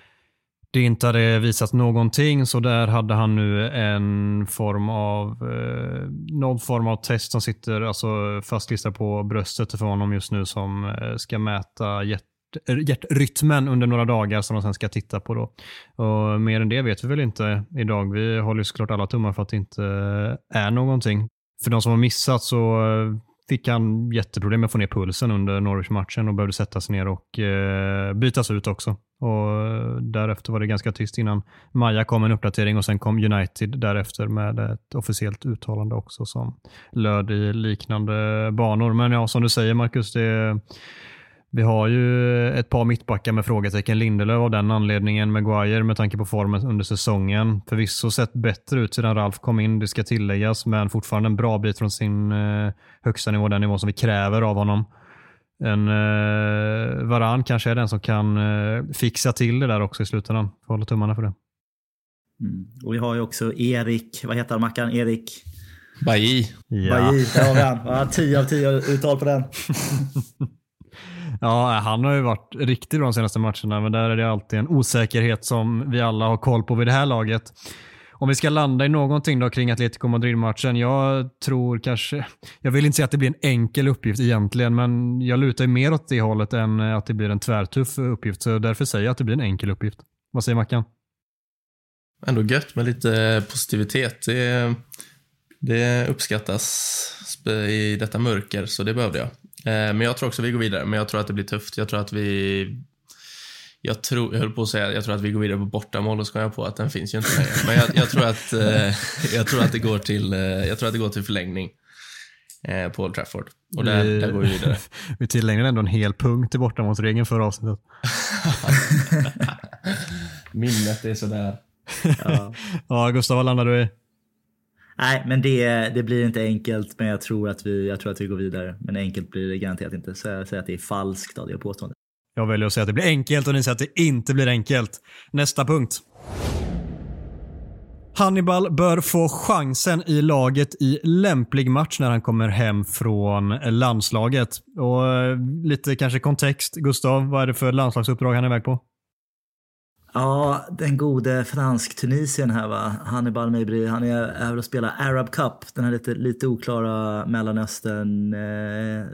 C: det inte hade visat någonting, så där hade han nu en form av eh, någon form av test som sitter alltså fastklistrad på bröstet för honom just nu, som eh, ska mäta hjärt, hjärtrytmen under några dagar, som de sen ska titta på då. Och mer än det vet vi väl inte idag. Vi håller såklart alla tummar för att det inte är någonting. För de som har missat så fick han jätteproblem med att få ner pulsen under Norwich-matchen och behövde sätta sig ner och eh, bytas ut också. Och därefter var det ganska tyst innan Maja kom en uppdatering, och sen kom United därefter med ett officiellt uttalande också som löd i liknande banor. Men ja, som du säger Marcus, det, vi har ju ett par mittbackar med frågetecken. Lindelöf av den anledningen, Maguire med tanke på formen under säsongen. Förvisso sett bättre ut sedan Ralf kom in, det ska tilläggas, men fortfarande en bra bit från sin eh, högsta nivå, den nivå som vi kräver av honom. En eh, Varane kanske är den som kan eh, fixa till det där också i slutändan. Får hålla tummarna för det.
D: Mm. Och vi har ju också Erik, vad heter han Mackan? Erik
A: Bailly.
D: Ja. Bailly, där har vi han. Ja, tio av tio uttal på den.
C: Ja, han har ju varit riktigt bra de senaste matcherna, men där är det alltid en osäkerhet som vi alla har koll på vid det här laget. Om vi ska landa i någonting då kring Atletico Madrid-matchen, jag tror kanske, jag vill inte säga att det blir en enkel uppgift egentligen, men jag lutar ju mer åt det hållet än att det blir en tvärtuff uppgift, så därför säger jag att det blir en enkel uppgift. Vad säger Mackan?
A: Ändå gött med lite positivitet. Det, det uppskattas i detta mörker, så det behövde jag. Men jag tror också vi går vidare, men jag tror att det blir tufft. Jag tror att vi Jag tror, jag höll på att säga, jag tror att vi går vidare på bortamål, och ska jag på att den finns ju inte längre. Men jag, jag tror att eh, jag tror att det går till eh, jag tror att det går till förlängning eh, på Old Trafford. Och där, vi, där går vi vidare.
C: Vi tillägnar ändå en hel punkt i bortamålsregeln för avsnittet.
A: Minnet är sådär.
C: Ja. Ja, Gustav, vad landar du i?
D: Nej, men det, det blir inte enkelt, men jag tror att vi, jag tror att vi går vidare. Men enkelt blir det garanterat inte. Så jag säger att det är falskt av det påståendet.
C: Jag väljer att säga att det blir enkelt och ni säger att det inte blir enkelt. Nästa punkt. Hannibal bör få chansen i laget i lämplig match när han kommer hem från landslaget. Och lite kanske kontext. Gustav, vad är det för landslagsuppdrag han är iväg på?
D: Ja, den gode fransk-Tunisien här va. Hannibal Mejbri, han är över och spelar Arab Cup. Den här lite, lite oklara Mellanöstern eh,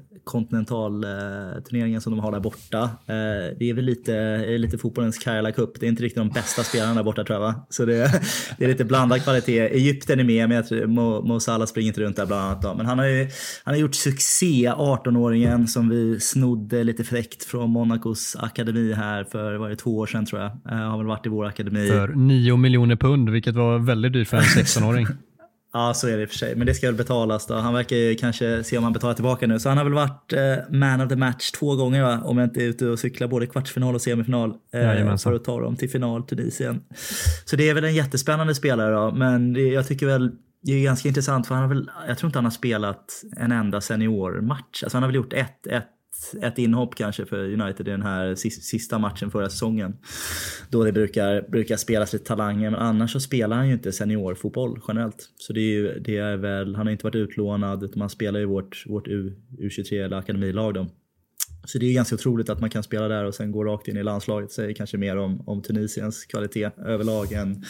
D: kontinentalturneringen eh, som de har där borta. Eh, det är väl lite, lite fotbollens Karjala Cup. Det är inte riktigt de bästa spelarna där borta tror jag va? Så det, det är lite blandad kvalitet. Egypten är med, men jag tror Mo, Mo Salah springer inte runt där bland annat då. Men han har ju han har gjort succé, arton-åringen som vi snodde lite fräckt från Monacos akademi här för var det två år sedan tror jag. Eh, har väl varit i vår akademi.
C: För nio miljoner pund, vilket var väldigt dyrt för en sexton-åring.
D: Ja, så är det i och för sig. Men det ska väl betalas då. Han verkar ju kanske se om han betalar tillbaka nu. Så han har väl varit eh, man of the match två gånger va? Om jag inte är ute och cyklar både kvartsfinal och semifinal. Eh, för att ta dem till final, Tunisien. Så det är väl en jättespännande spelare då. Men det, jag tycker väl det är ganska intressant för han har väl, jag tror inte han har spelat en enda seniormatch. Alltså han har väl gjort ett, ett ett inhopp kanske för United i den här sista matchen förra säsongen. Då det brukar, brukar spelas lite talanger. Men annars så spelar han ju inte seniorfotboll generellt. Så det är ju, det är väl, han har inte varit utlånad utan man spelar ju vårt, vårt U, U23 eller akademilag då. Så det är ganska otroligt att man kan spela där och sen gå rakt in i landslaget. Säger kanske mer om, om Tunisiens kvalitet överlag än,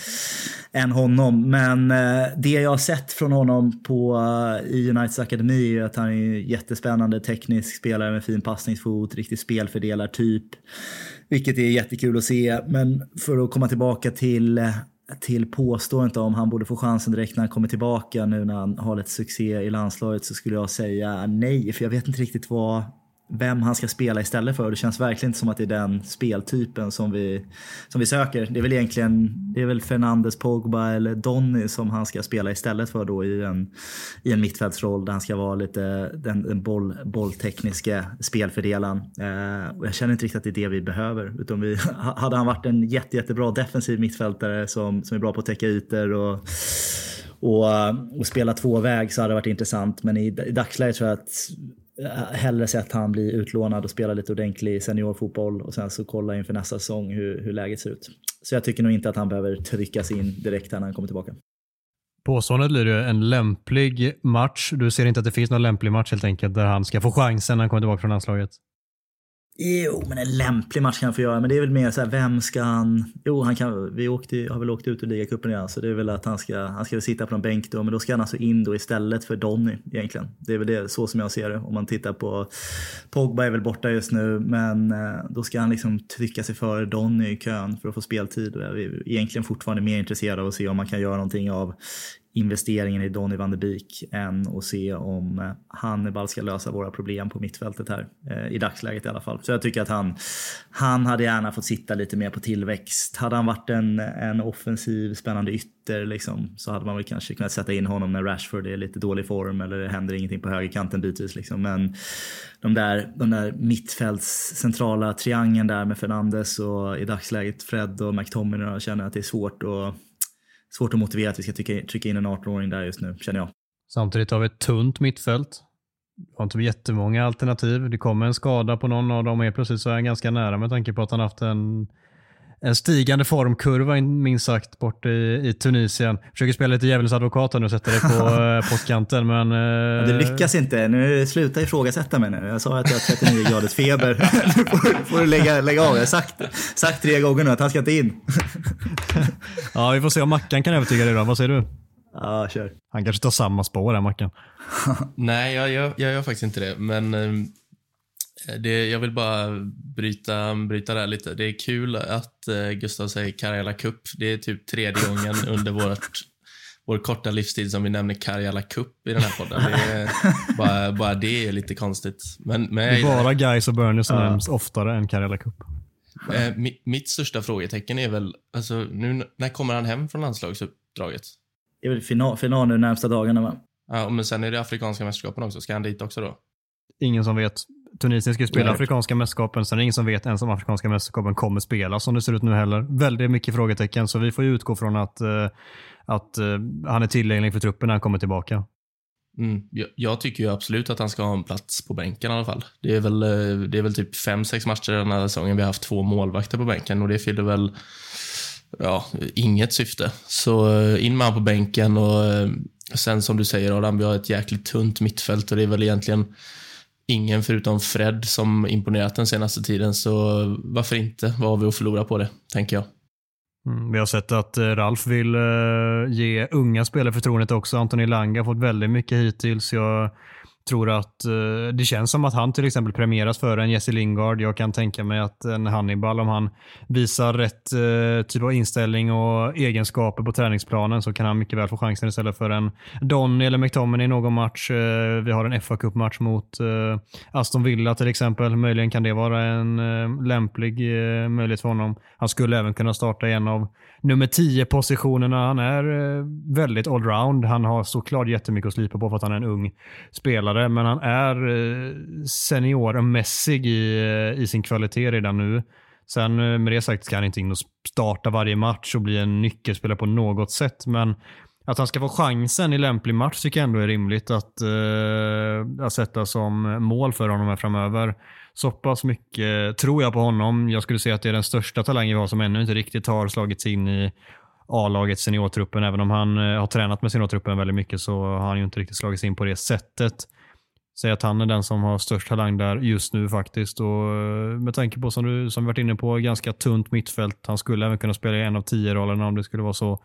D: än honom. Men eh, det jag har sett från honom på, uh, i Uniteds akademi är att han är jättespännande teknisk spelare med fin passningsfot, riktigt spelfördelartyp. Vilket är jättekul att se. Men för att komma tillbaka till... till påståendet om han borde få chansen direkt när han kommer tillbaka nu när han har lite succé i landslaget så skulle jag säga nej. För jag vet inte riktigt vad... vem han ska spela istället för. Det känns verkligen inte som att det är den speltypen som vi, som vi söker. Det är väl egentligen det är väl Fernandes, Pogba eller Donny som han ska spela istället för då i en, i en mittfältsroll där han ska vara lite den, den boll, bolltekniska spelfördelaren. Eh, och jag känner inte riktigt att det är det vi behöver. Utan vi, hade han varit en jätte, jättebra defensiv mittfältare som, som är bra på att täcka ytor och och, och spela två väg så hade det varit intressant. Men i, i dagsläget tror jag att hellre sett han bli utlånad och spela lite ordentlig seniorfotboll och sen så kolla inför nästa säsong hur, hur läget ser ut. Så jag tycker nog inte att han behöver tryckas in direkt när han kommer tillbaka.
C: Påståendet blir det en lämplig match. Du ser inte att det finns någon lämplig match helt enkelt där han ska få chansen när han kommer tillbaka från landslaget?
D: Jo, men en lämplig match kan han få göra. Men det är väl mer så här, vem ska han... Jo, han kan, vi åkte, har väl åkt ut ur ligacupen igen. Så det är väl att han ska, han ska sitta på en bänk då. Men då ska han alltså in då istället för Donny egentligen. Det är väl det, så som jag ser det. Om man tittar på... Pogba är väl borta just nu. Men då ska han liksom trycka sig för Donny i kön för att få speltid. Och jag är egentligen fortfarande mer intresserad av att se om man kan göra någonting av investeringen i Donny van de Beek än att se om Hannibal ska lösa våra problem på mittfältet här eh, i dagsläget i alla fall. Så jag tycker att han, han hade gärna fått sitta lite mer på tillväxt. Hade han varit en, en offensiv spännande ytter liksom, så hade man väl kanske kunnat sätta in honom när Rashford är lite dålig form eller det händer ingenting på högerkanten bitvis liksom. Men de där, de där mittfälts centrala triangeln där med Fernandes och i dagsläget Fred och McTominay, jag känner att det är svårt att Svårt att motivera att vi ska trycka, trycka in en arton-åring där just nu, känner jag.
C: Samtidigt har vi ett tunt mittfält. Vi har inte jättemånga alternativ. Det kommer en skada på någon av dem och plötsligt så är han ganska nära med tanke på att han haft en, en stigande formkurva minst sagt bort i, i Tunisien. Försöker spela lite djävulens advokat nu och sätta det på postkanten. Men,
D: ja, det lyckas inte. Nu sluta ifrågasätta mig nu. Jag sa att jag har trettionio graders feber. Nu får, får du lägga, lägga av. Jag har sagt, sagt tre gånger nu att han ska inte in.
C: Ja, vi får se om Mackan kan övertyga dig då. Vad säger du?
D: Ja, kör.
C: Han kanske tar samma spår där, Mackan.
A: Nej, jag, jag, jag gör faktiskt inte det. Men det, jag vill bara bryta, bryta det här lite. Det är kul att Gustav säger Karjala Cup. Det är typ tredje gången under vårt, vår korta livstid som vi nämner Karjala Cup i den här podden. Det är, bara, bara det är lite konstigt. Men, men
C: det är bara Guys och Burnley som
D: ja.
C: nämns oftare än Karjala Cup.
A: Eh, mitt, mitt största frågetecken är väl, alltså, nu, när kommer han hem från landslagsuppdraget?
D: Det är väl final, final nu närmsta dagarna va?
A: Ja, men sen är det afrikanska mästerskapen också. Ska han dit också då?
C: Ingen som vet. Tunisien ska ju spela
A: Nej.
C: afrikanska mästerskapen, sen är det ingen som vet ens om afrikanska mästerskapen kommer spela som det ser ut nu heller. Väldigt mycket frågetecken, så vi får ju utgå från att, uh, att uh, han är tillgänglig för truppen när han kommer tillbaka.
A: Mm. Jag, jag tycker ju absolut att han ska ha en plats på bänken i alla fall. Det är väl, det är väl typ fem, sex matcher den här säsongen vi har haft två målvakter på bänken och det fyller väl ja, inget syfte. Så in med han på bänken och sen som du säger Adam, vi har ett jäkligt tunt mittfält och det är väl egentligen ingen förutom Fred som imponerat den senaste tiden, så varför inte? Vad har vi att förlora på det, tänker jag.
C: Mm, vi har sett att uh, Ralf vill uh, ge unga spelare förtroendet också. Anthony Elanga har fått väldigt mycket hittills. Jag tror att uh, det känns som att han till exempel premieras för en Jesse Lingard. Jag kan tänka mig att en Hannibal, om han visar rätt uh, typ av inställning och egenskaper på träningsplanen, så kan han mycket väl få chansen istället för en Donny eller McTominay i någon match. Uh, vi har en F A Cup-match mot uh, Aston Villa till exempel. Möjligen kan det vara en uh, lämplig uh, möjlighet för honom. Han skulle även kunna starta i en av nummer tio-positionerna. Han är uh, väldigt allround. Han har såklart jättemycket att slipa på för att han är en ung spelare, men han är uh, seniormässig i, uh, i sin kvalitet redan nu. Sen uh, med det sagt ska han inte in och starta varje match och bli en nyckelspelare på något sätt, men att han ska få chansen i lämplig match tycker jag ändå är rimligt att, uh, att sätta som mål för honom här framöver. Så pass mycket tror jag på honom. Jag skulle säga att det är den största talangen vi har som ännu inte riktigt har slagits in i A-laget, seniortruppen. Även om han har tränat med seniortruppen väldigt mycket så har han ju inte riktigt slagits in på det sättet. Säg att han är den som har störst talang där just nu faktiskt. Och med tanke på som du som vi varit inne på, ganska tunt mittfält. Han skulle även kunna spela i en av tio rollerna om det skulle vara så.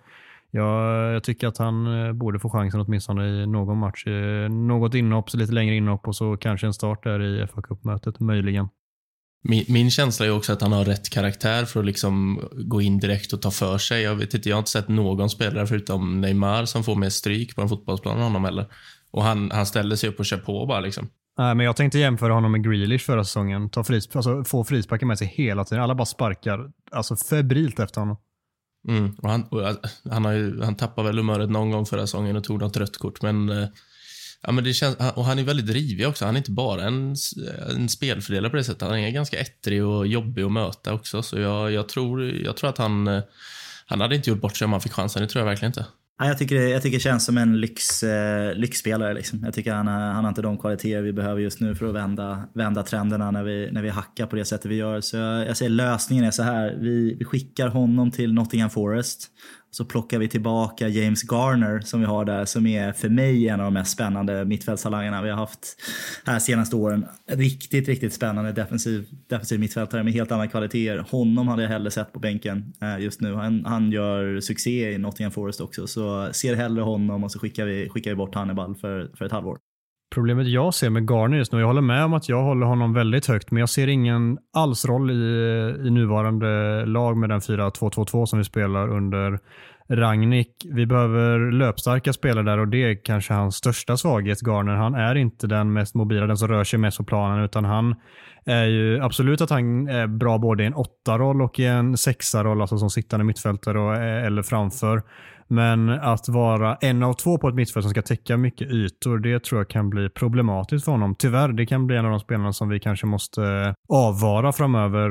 C: Ja, jag tycker att han borde få chansen åtminstone i någon match. Något inhopp, så lite längre inhopp och så kanske en start där i F A Cup-mötet, möjligen.
A: Min, min känsla är också att han har rätt karaktär för att liksom gå in direkt och ta för sig. Jag vet inte, jag har inte sett någon spelare förutom Neymar som får mer stryk på en fotbollsplan än honom heller. Och han, han ställer sig upp och kör på bara liksom.
C: Nej, men jag tänkte jämföra honom med Grealish förra säsongen. Ta fris, alltså, få frisparkar med sig hela tiden. Alla bara sparkar alltså febrilt efter honom.
A: Mm, och han, och han, har ju, han tappade väl humöret någon gång förra säsongen och tog något rött kort, men, ja, men det känns, och han är väldigt drivig också. Han är inte bara en, en spelfördelare på det sättet. Han är ganska ettrig och jobbig att möta också, så jag, jag, tror, jag tror att han, han hade inte gjort bort sig om han fick chansen, det tror jag verkligen inte.
D: Ja, jag, tycker det, jag tycker det känns som en lyx, eh, lyxspelare. Liksom. Jag tycker han, han har inte de kvaliteter vi behöver just nu för att vända, vända trenderna när vi, när vi hackar på det sättet vi gör. Så jag, jag säger lösningen är så här. Vi, vi skickar honom till Nottingham Forest. Så plockar vi tillbaka James Garner som vi har där, som är för mig en av de mest spännande mittfältstalangerna vi har haft här senaste åren. Riktigt, riktigt spännande defensiv, defensiv mittfältare med helt andra kvaliteter. Honom hade jag hellre sett på bänken just nu. Han, han gör succé i Nottingham Forest också, så ser hellre honom och så skickar vi, skickar vi bort Hannibal för, för ett halvår.
C: Problemet jag ser med Garner just nu, jag håller med om att jag håller honom väldigt högt, men jag ser ingen alls roll i, i nuvarande lag med den fyra två två två som vi spelar under Rangnick. Vi behöver löpstarka spelare där och det är kanske hans största svaghet, Garner. Han är inte den mest mobila, den som rör sig mest på planen, utan han är ju absolut att han är bra både i en åtta-roll och i en sexa-roll, alltså som sittande mittfältare och, eller framför. Men att vara en av två på ett mittfält som ska täcka mycket ytor, det tror jag kan bli problematiskt för honom. Tyvärr, det kan bli en av de spelarna som vi kanske måste avvara framöver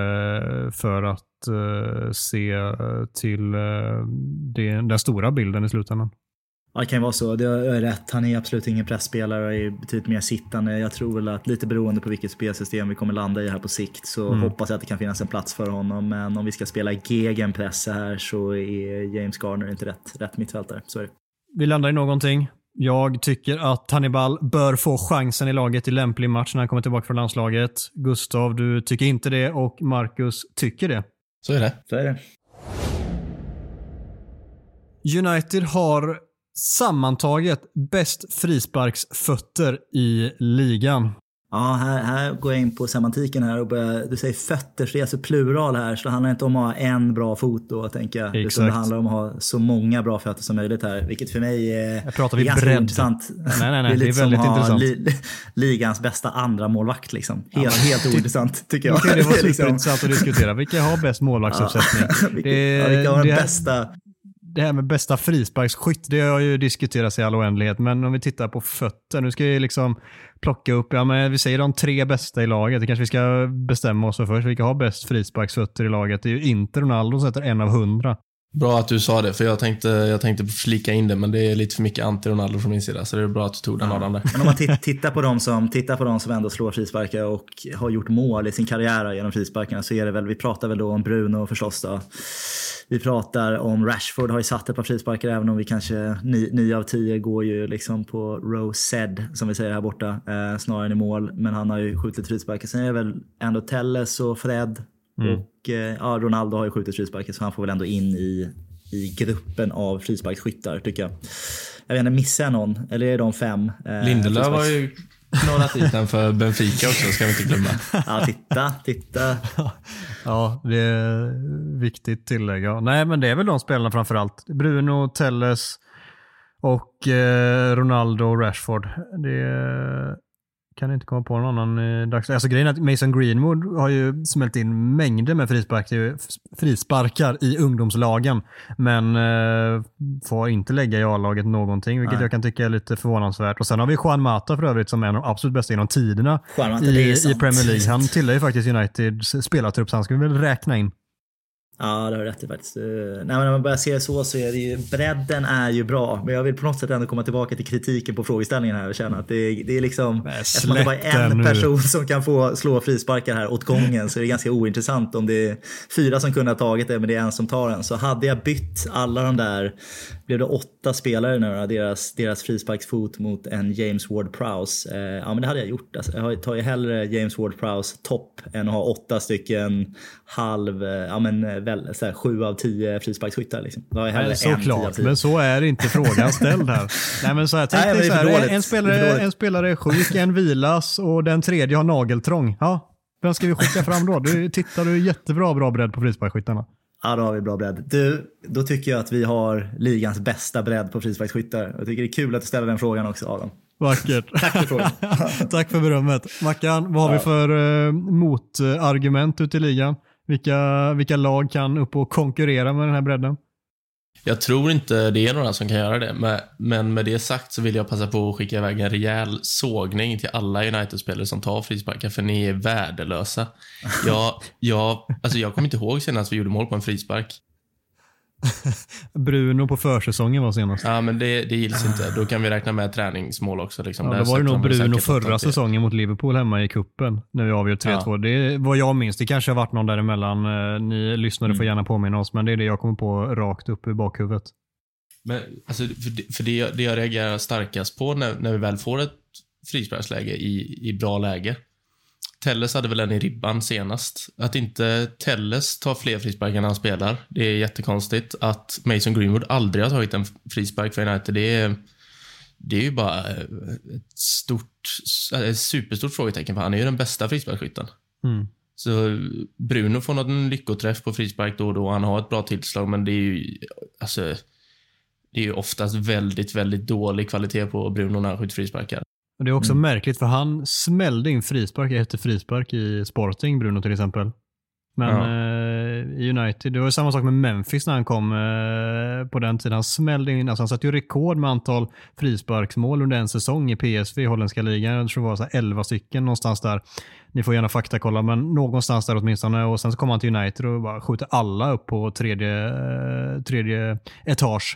C: för att se till den stora bilden i slutändan.
D: Ja, det kan ju vara så. Det är rätt. Han är absolut ingen pressspelare och är betydligt mer sittande. Jag tror väl att lite beroende på vilket spelsystem vi kommer landa i här på sikt så mm. hoppas jag att det kan finnas en plats för honom. Men om vi ska spela gegenpress här så är James Garner inte rätt, rätt mittfältare. Så är det.
C: Vi landar i någonting. Jag tycker att Hannibal bör få chansen i laget i lämplig match när han kommer tillbaka från landslaget. Gustav, du tycker inte det och Marcus tycker det.
A: Så är det.
D: Så är det.
C: United har sammantaget bäst frisparksfötter i ligan.
D: Ja, här, här går jag in på semantiken här och börjar, du säger fötter, så det är alltså plural här, så det handlar inte om att ha en bra fot då, tänker jag. Utan det handlar om att ha så många bra fötter som möjligt här, vilket för mig är,
C: jag pratar vi
D: är ganska
C: bredd.
D: Intressant.
C: Nej, nej, nej,
D: det är,
C: det är väldigt intressant. Li,
D: ligans bästa andra målvakt liksom. Helt, ja, helt ointressant tycker jag.
C: Det var superintressant att diskutera. Vilka har bäst målvaktsuppsättning?
D: Ja, vilka, det, ja, vilka har den
C: det,
D: bästa...
C: det här med bästa frisparksskytt, det har ju diskuterats i all oändlighet, men om vi tittar på fötter, nu ska vi liksom plocka upp, ja men vi säger de tre bästa i laget, det kanske vi ska bestämma oss för först, vilka har bäst frisparksfötter i laget, det är ju inte Ronaldo som sätter en av hundra.
A: Bra att du sa det, för jag tänkte, jag tänkte flika in det, men det är lite för mycket anti-Ronaldo från min sida, så det är bra att du tog den, Adam, där.
D: Men om man t- tittar, på dem som, tittar på dem som ändå slår frisparkar och har gjort mål i sin karriär genom frisparkarna, så är det väl, vi pratar väl då om Bruno förstås då. Vi pratar om Rashford, har ju satt ett par frisparkar, även om vi kanske nio av tio går ju liksom på row said, som vi säger här borta, eh, snarare än i mål, men han har ju skjutit frisparkar. Sen är det väl ändå Telles och Fred. Mm. Och eh, ja, Ronaldo har ju skjutit frisparker, så han får väl ändå in i, i gruppen av frisparksskyttar, tycker jag. Jag vet inte, missar jag någon? Eller är de fem? Eh,
A: Lindelöf har ju knallat hit den för Benfica också, ska vi inte glömma.
D: Ja, titta, titta.
C: Ja, det är viktigt tillägg. Ja. Nej, men det är väl de spelarna framförallt. Bruno, Telles och eh, Ronaldo och Rashford. Det kan inte komma på någon annan i dagsläget. Alltså grejen är att Mason Greenwood har ju smält in mängder med frisparkar, frisparkar i ungdomslagen, men eh, får inte lägga i A-laget någonting, vilket Nej. jag kan tycka är lite förvånansvärt. Och sen har vi Juan Mata för övrigt, som är en av de absolut bästa genom tiderna i, i Premier League. Han tillhör ju faktiskt Uniteds spelartrupp, så han ska vi väl räkna in.
D: Ja, det har rätt i faktiskt. Nej, men när man börjar se så så är det ju, bredden är ju bra, men jag vill på något sätt ändå komma tillbaka till kritiken på frågeställningen här och känna att det är, det är liksom, eftersom det bara är en person som kan få slå frisparkar här åt gången, så är det ganska ointressant om det är fyra som kunde ha tagit det, men det är en som tar den. Så hade jag bytt alla de där, blev det åtta spelare nu, deras, deras frisparksfot mot en James Ward-Prowse, eh, ja men det hade jag gjort. Alltså, jag tar ju hellre James Ward-Prowse topp än att ha åtta stycken halv, ja men väl, så här, sju av tio frisparksskyttar liksom.
C: Nej, såklart, men så är inte frågan ställd här. Nej, men så här, tänk dig så här, en spelare, en spelare är sjuk, en vilas och den tredje har nageltrång. Ja, vem ska vi skicka fram då? Du tittar du jättebra bra bredd på frisparksskyttarna.
D: Ja, då har vi bra bredd. Du, då tycker jag att vi har ligans bästa bredd på frisparksskyttar. Jag tycker det är kul att du ställer den frågan också, Adam.
C: Vackert.
D: Tack för frågan.
C: Tack för berömmet. Mackan, vad har ja. vi för uh, motargument ute i ligan? Vilka, vilka lag kan upp och konkurrera med den här bredden?
A: Jag tror inte det är några som kan göra det, men med det sagt så vill jag passa på att skicka iväg en rejäl sågning till alla United-spelare som tar frisparkar, för ni är värdelösa. Jag, jag, alltså jag kommer inte ihåg senast vi gjorde mål på en frispark.
C: Bruno på försäsongen var senast.
A: Ja, men det, det gills inte. Då kan vi räkna med träningsmål också. Liksom.
C: Ja, det var ju nog Bruno förra säsongen mot Liverpool hemma i kuppen när vi avgjorde tre två. Ja. Det var jag minns. Det kanske har varit någon däremellan. Ni lyssnare mm. får gärna påminna oss, men det är det jag kommer på rakt upp i bakhuvudet.
A: Men alltså, för det, för det, det jag reagerar starkast på när, när vi väl får ett frisparksläge i, i bra läge. Telles hade väl en i ribban senast. Att inte Telles tar fler frisparkar när han spelar, det är jättekonstigt. Att Mason Greenwood aldrig har tagit en frispark för United, det är, det är ju bara ett stort, ett superstort frågetecken, för han är ju den bästa frisparksskytten. Mm. Så Bruno får någon lyckoträff på frispark då och då. Han har ett bra tillslag, men det är ju alltså, det är ju oftast väldigt, väldigt dålig kvalitet på Bruno när han skjuter frisparkar.
C: Och det är också
A: mm.
C: märkligt, för han smällde in frispark efter frispark i Sporting, Bruno till exempel. Men ja. eh, i United, det var samma sak med Memphis när han kom eh, på den tiden. Han smällde in, alltså han satte ju rekord med antal frisparksmål under en säsong i P S V i holländska ligan. Jag tror det var så här elva stycken någonstans där. Ni får gärna faktakolla, men någonstans där åtminstone. Och sen så kom han till United och bara skjuter alla upp på tredje, eh, tredje etage.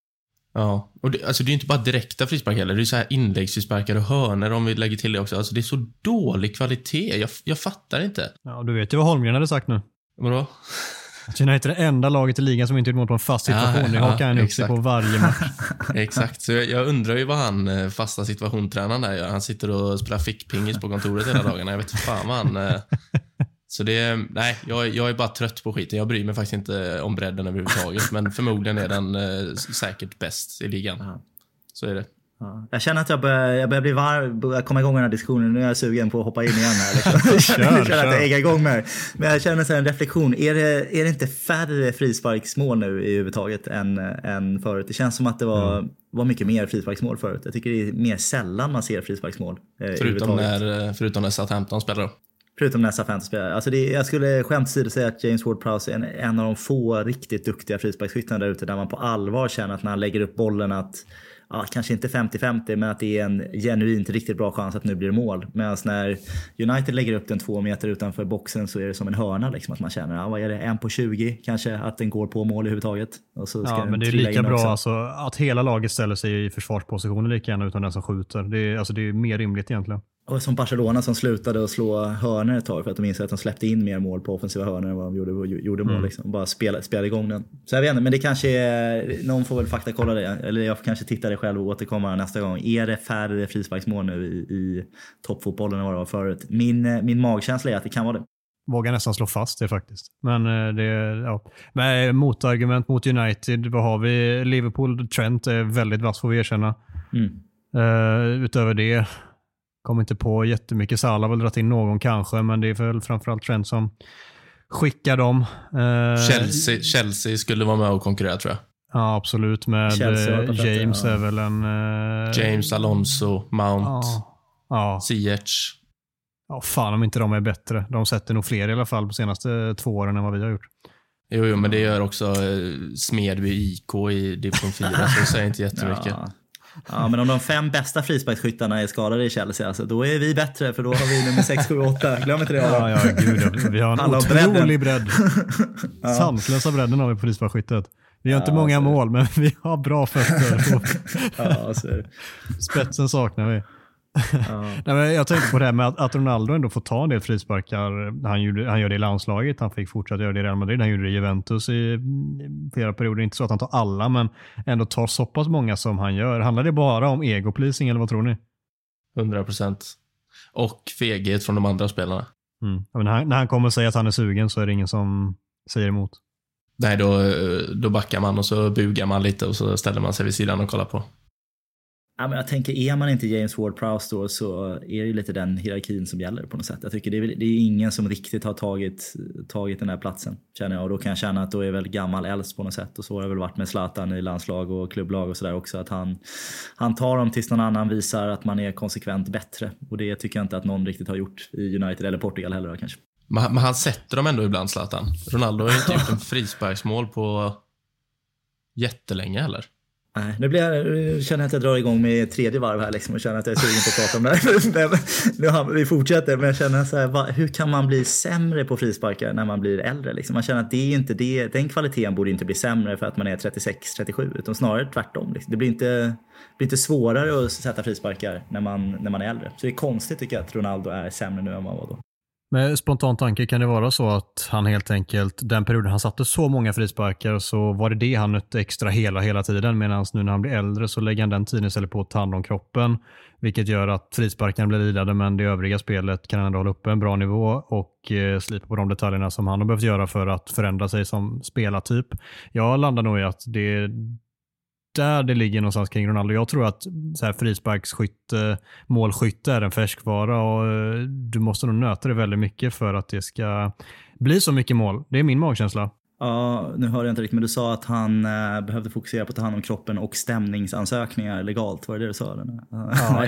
A: Ja, och det, alltså det är inte bara direkta frisparkar heller. Det är så här inläggsfrisparkar och hörnor, om vi lägger till det också. Alltså det är så dålig kvalitet. Jag, jag fattar inte.
C: Ja, du vet ju vad Holmgren hade sagt nu.
A: Vadå?
C: United är det enda laget i ligan som inte gjort mål på en fast situation. Ja, det hakar han upp sig på varje match.
A: Exakt, så jag, jag undrar ju vad han fasta situationtränaren där gör. Han sitter och spelar fickpingis på kontoret hela dagarna. Jag vet inte fan vad han... Så det, nej, jag, jag är bara trött på skiten. Jag bryr mig faktiskt inte om bredden överhuvudtaget. Men förmodligen är den eh, säkert bäst i ligan. Aha. Så är det.
D: Ja. Jag känner att jag börjar, jag börjar bli varm, börjar komma igång i den här diskussionen. Nu är jag sugen på att hoppa in igen här. Liksom. Jag känner, kör, att jag äggar igång med. Men jag känner så här en reflektion. Är det, är det inte färre frisparksmål nu i huvudtaget än, än förut? Det känns som att det var, mm. var mycket mer frisparksmål förut. Jag tycker det är mer sällan man ser frisparksmål. Eh,
A: förutom, när, förutom när Southampton spelar då.
D: Förutom nästa fantasyspelare. Alltså det, jag skulle skämt åsido säga att James Ward-Prowse är en, en av de få riktigt duktiga frisparksskyttarna där ute, där man på allvar känner att när han lägger upp bollen att ja, kanske inte femtio femtio, men att det är en genuint riktigt bra chans att nu blir det mål. Medan när United lägger upp den två meter utanför boxen så är det som en hörna liksom, att man känner, ja, vad är det, en på tjugo kanske, att den går på mål i huvudtaget. Och så ska
C: ja, men det är lika bra alltså, att hela laget ställer sig i försvarspositionen lika gärna utan den som skjuter. Det är, alltså, det är mer rimligt egentligen.
D: Och som Barcelona som slutade att slå hörnor ett tag för att de insåg att de släppte in mer mål på offensiva hörnor än vad de gjorde, gjorde mål.
C: Mm.
D: Liksom. Bara spela, spela igång den. Så jag vet inte, men det kanske är, någon får väl faktakolla det. Eller jag kanske tittar det själv och återkommer nästa gång. Är det färre frisparksmål nu i, i toppfotbollen än vad det var förut? Min, min magkänsla är att det kan vara det.
C: Vågar nästan slå fast det faktiskt. Men det, ja. Men motargument mot United, vad har vi? Liverpool, Trent är väldigt vass, får vi erkänna.
D: Mm.
C: Uh, utöver det kommer inte på jättemycket. Salah har väl dragit in någon kanske, men det är väl framförallt Trent som skickar dem. Uh,
A: Chelsea, Chelsea skulle vara med och konkurrera, tror jag.
C: Ja, absolut. Med James
A: ja.
C: är väl en... Uh,
A: James, Alonso, Mount,
C: ja, ja.
A: Ziyech.
C: Ja, fan om inte de är bättre. De sätter nog fler i alla fall på senaste två åren än vad vi har gjort.
A: Jo, jo men det gör också uh, Smedby I K i division fyra, så det säger inte jättemycket.
D: Ja. Ja, men om de fem bästa frisparksskyttarna är skadade i Chelsea, alltså, då är vi bättre, för då har vi nummer sex, sju, åtta. Glöm inte det.
C: Ja, ja, gud. Vi har en otrolig bredd.
D: Ja.
C: Sanslösa bredden har vi på frisparksskyttet. Vi har
D: ja,
C: inte många
D: så...
C: mål, men vi har bra fötter.
D: Ja, så är det.
C: Spetsen saknar vi.
D: Ja.
C: Nej, men jag tänkte på det här med att, att Ronaldo ändå får ta en del frisparkar. Han, gjorde, han gör det i landslaget, han fick fortsätta göra det i Real Madrid, han gjorde det i Juventus i flera perioder. Inte så att han tar alla, men ändå tar så pass många som han gör. Handlar det bara om ego-pleasing eller vad tror ni?
A: hundra procent. Och feghet från de andra spelarna.
C: Mm. Men när, han, när han kommer och säger att han är sugen så är det ingen som säger emot.
A: Nej, då, då backar man och så bugar man lite och så ställer man sig vid sidan och kollar på.
D: Ja, men jag tänker, är man inte James Ward-Prowse då, så är det ju lite den hierarkin som gäller på något sätt. Jag tycker det är, det är ingen som riktigt har tagit, tagit den här platsen, känner jag. Och då kan jag känna att då är väl gammal äldst på något sätt. Och så har det väl varit med Zlatan i landslag och klubblag och sådär också. Att han, han tar dem tills någon annan visar att man är konsekvent bättre. Och det tycker jag inte att någon riktigt har gjort i United eller Portugal heller då, kanske.
A: Men, men han sätter dem ändå ibland, Zlatan. Ronaldo har ju inte gjort en frisparksmål på jättelänge heller.
D: Nej, nu blir jag, nu känner jag att jag drar igång med tredje varv här liksom och känner att jag är sugen på att prata om det här. Nu har, vi fortsätter, men jag känner så här, va, hur kan man bli sämre på frisparkar när man blir äldre? Liksom? Man känner att det är inte det, den kvaliteten borde inte bli sämre för att man är trettiosex trettiosju, utan snarare tvärtom. Liksom. Det blir inte, det blir inte svårare att sätta frisparkar när man, när man är äldre. Så det är konstigt tycker jag att Ronaldo är sämre nu än vad han var då.
C: Med spontan tanke, kan det vara så att han helt enkelt, den perioden han satte så många frisparkar, så var det det han nötte extra hela hela tiden, medan nu när han blir äldre så lägger han den tiden istället på att ta hand om kroppen, vilket gör att frisparkarna blir lidande, men det övriga spelet kan han ändå hålla uppe en bra nivå och eh, slipa på de detaljerna som han har behövt göra för att förändra sig som spelartyp. Jag landar nog i att det där det ligger någonstans kring Ronaldo. Jag tror att så här frisparksskytte, målskytte är en färskvara och du måste nog nöta det väldigt mycket för att det ska bli så mycket mål. Det är min magkänsla.
D: Ja, nu hörde jag inte riktigt, men du sa att han eh, behövde fokusera på att ta hand om kroppen och stämningsansökningar legalt. Var det det du sa? Eller?
C: Ja,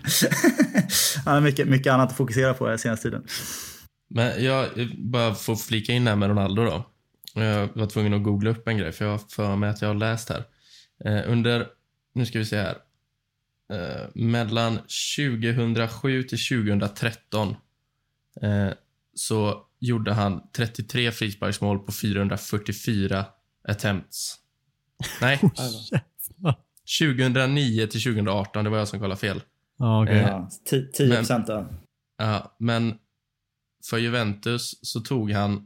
D: Han har mycket, mycket annat att fokusera på den senaste tiden.
A: Men jag bara får flika in här med Ronaldo då. Jag var tvungen att googla upp en grej, för jag har för mig att jag har läst här. Eh, under, nu ska vi se här, eh, mellan tjugohundrasju till tjugohundratretton eh, så gjorde han trettiotre frisparksmål på fyrahundrafyrtiofyra attempts. Nej, tjugohundranio till tjugohundraarton, det var jag som kollade fel.
C: Ja, okay.
A: eh,
D: ja, tio procent då.
A: Ja, men för Juventus så tog han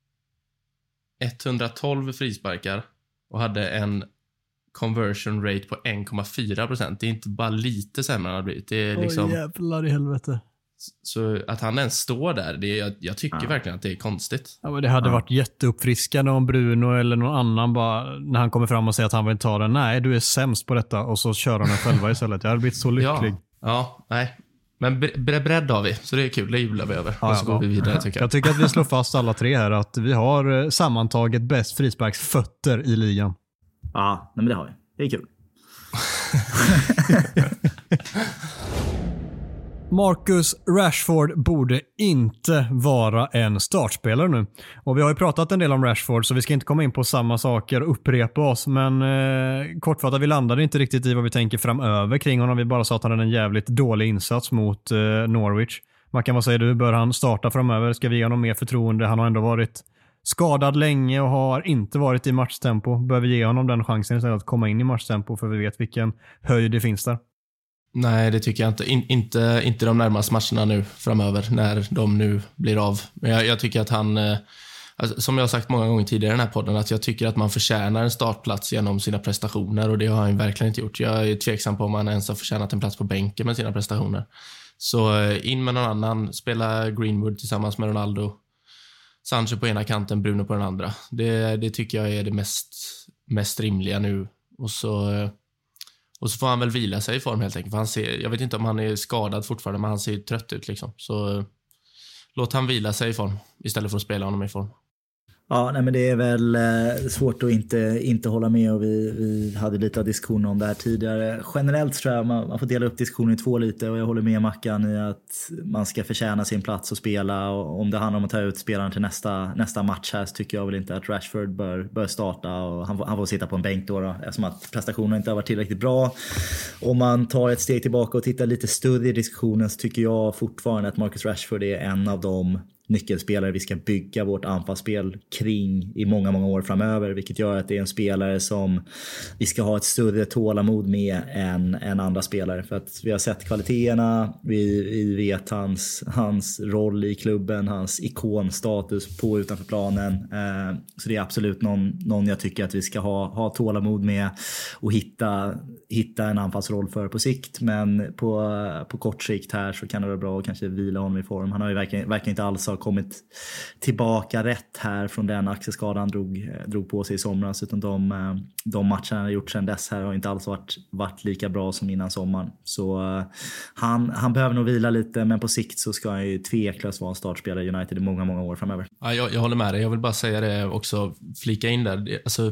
A: etthundratolv frisparkar och hade en conversion rate på en komma fyra procent. Det är inte bara lite sämre han har blivit. Det är liksom...
C: Åh, jävlar i helvete.
A: Så att han ens står där, det är, jag, jag tycker
D: ja.
A: verkligen att det är konstigt.
C: Ja, men det hade ja. varit jätteuppfriskande om Bruno eller någon annan bara, när han kommer fram och säger att han vill ta den. Nej, du är sämst på detta. Och så kör han den själva istället. Jag hade blivit så lycklig.
A: Ja, ja nej. Men bre- bredd har vi, så det är kul. Det jublar vi över.
C: Ja,
A: och så
C: ja,
A: går vi vidare, tycker jag.
C: Jag tycker att vi slår fast alla tre här att vi har sammantaget bäst frisparksfötter i ligan.
D: Ja, men det har vi. Det är kul.
C: Marcus Rashford borde inte vara en startspelare nu. Och vi har ju pratat en del om Rashford så vi ska inte komma in på samma saker och upprepa oss. Men eh, kortfattat, vi landade inte riktigt i vad vi tänker framöver kring honom. Vi bara sa att han hade en jävligt dålig insats mot eh, Norwich. Mackan, vad säger du? Bör han starta framöver? Ska vi ge honom mer förtroende? Han har ändå varit skadad länge och har inte varit i matchtempo. Bör vi ge honom den chansen istället att komma in i matchtempo för vi vet vilken höjd det finns där?
A: Nej, det tycker jag inte. In, inte. Inte de närmaste matcherna nu framöver när de nu blir av. Men jag, jag tycker att han, eh, alltså, som jag har sagt många gånger tidigare i den här podden, att jag tycker att man förtjänar en startplats genom sina prestationer och det har han verkligen inte gjort. Jag är tveksam på om han ens har förtjänat en plats på bänken med sina prestationer. Så eh, in med någon annan, spela Greenwood tillsammans med Ronaldo. Sancho på ena kanten, Bruno på den andra. Det, det tycker jag är det mest, mest rimliga nu. Och så... Eh, Och så får han väl vila sig i form helt enkelt. För han ser, jag vet inte om han är skadad fortfarande, men han ser trött ut liksom. Så låt han vila sig i form istället för att spela honom i form.
D: Ja, nej, men det är väl eh, svårt att inte, inte hålla med och vi, vi hade lite av diskussion om det här tidigare. Generellt tror jag man, man får dela upp diskussionen i två lite och jag håller med Mackan i att man ska förtjäna sin plats och spela och om det handlar om att ta ut spelaren till nästa, nästa match här så tycker jag väl inte att Rashford bör, bör starta och han får, han får sitta på en bänk då, då eftersom att prestationen inte har varit tillräckligt bra. Om man tar ett steg tillbaka och tittar lite större i diskussionen så tycker jag fortfarande att Marcus Rashford är en av de nyckelspelare vi ska bygga vårt anfallsspel kring i många, många år framöver, vilket gör att det är en spelare som vi ska ha ett större tålamod med än, än andra spelare, för att vi har sett kvaliteterna, vi, vi vet hans, hans roll i klubben, hans ikonstatus på utanför planen, eh, så det är absolut någon, någon jag tycker att vi ska ha, ha tålamod med och hitta, hitta en anfallsroll för på sikt, men på, på kort sikt här så kan det vara bra att kanske vila honom i form. Han har ju verkligen, verkligen inte alls har kommit tillbaka rätt här från den axelskada han drog, drog på sig i somras, utan de, de matcherna han har gjort sedan dess här har inte alls varit, varit lika bra som innan sommaren. Så uh, han, han behöver nog vila lite, men på sikt så ska han ju tveklöst vara en startspelare i United i många, många år framöver.
A: Ja, jag, jag håller med dig. Jag vill bara säga det också, flika in där. Det, alltså,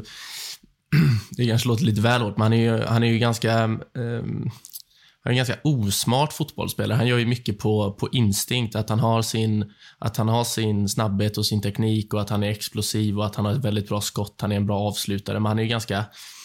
A: det kanske låter lite väl hårt, men han är ju, han är ju ganska... Um, Han är en ganska osmart fotbollsspelare. Han gör ju mycket på, på instinkt. Att han, har sin, att han har sin snabbhet och sin teknik och att han är explosiv och att han har ett väldigt bra skott. Han är en bra avslutare. Men han är ju ganska,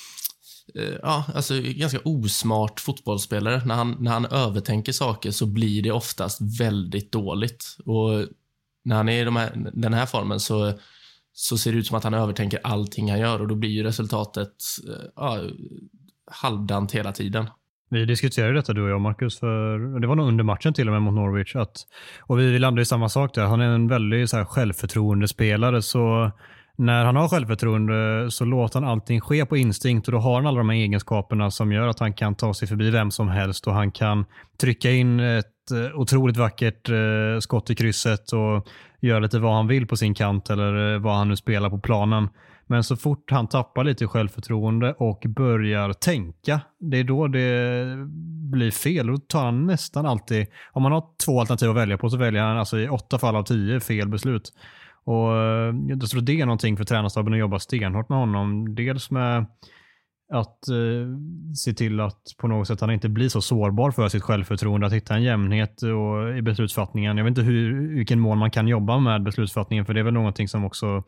A: eh, ja, alltså, ganska osmart fotbollsspelare. När han, när han övertänker saker så blir det oftast väldigt dåligt. Och när han är i de här, den här formen så, så ser det ut som att han övertänker allting han gör. Och då blir ju resultatet eh, ja, halvdant hela tiden.
C: Vi diskuterade detta du och jag, Marcus, för det var nog under matchen till och med mot Norwich. Att, och vi landade i samma sak där. Han är en väldigt så här, självförtroende spelare, så när han har självförtroende så låter han allting ske på instinkt och då har han alla de här egenskaperna som gör att han kan ta sig förbi vem som helst och han kan trycka in ett otroligt vackert eh, skott i krysset och göra lite vad han vill på sin kant eller eh, vad han nu spelar på planen. Men så fort han tappar lite självförtroende och börjar tänka, det är då det blir fel. Då tar han nästan alltid, om man har två alternativ att välja på så väljer han alltså i åtta fall av tio fel beslut. Och jag tror det är någonting för tränarstaben att jobba stenhårt med honom. Dels med att eh, se till att på något sätt han inte blir så sårbar för sitt självförtroende, att hitta en jämnhet och, i beslutsfattningen. Jag vet inte hur, vilken mån man kan jobba med beslutsfattningen, för det är väl någonting som också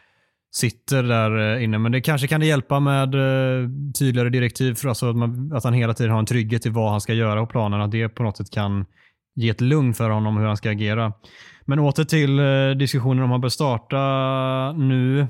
C: sitter där inne, men det kanske kan det hjälpa med uh, tydligare direktiv för alltså att, man, att han hela tiden har en trygghet i vad han ska göra på planen, att det på något sätt kan ge ett lugn för honom hur han ska agera. Men åter till uh, diskussionen om han bör starta nu.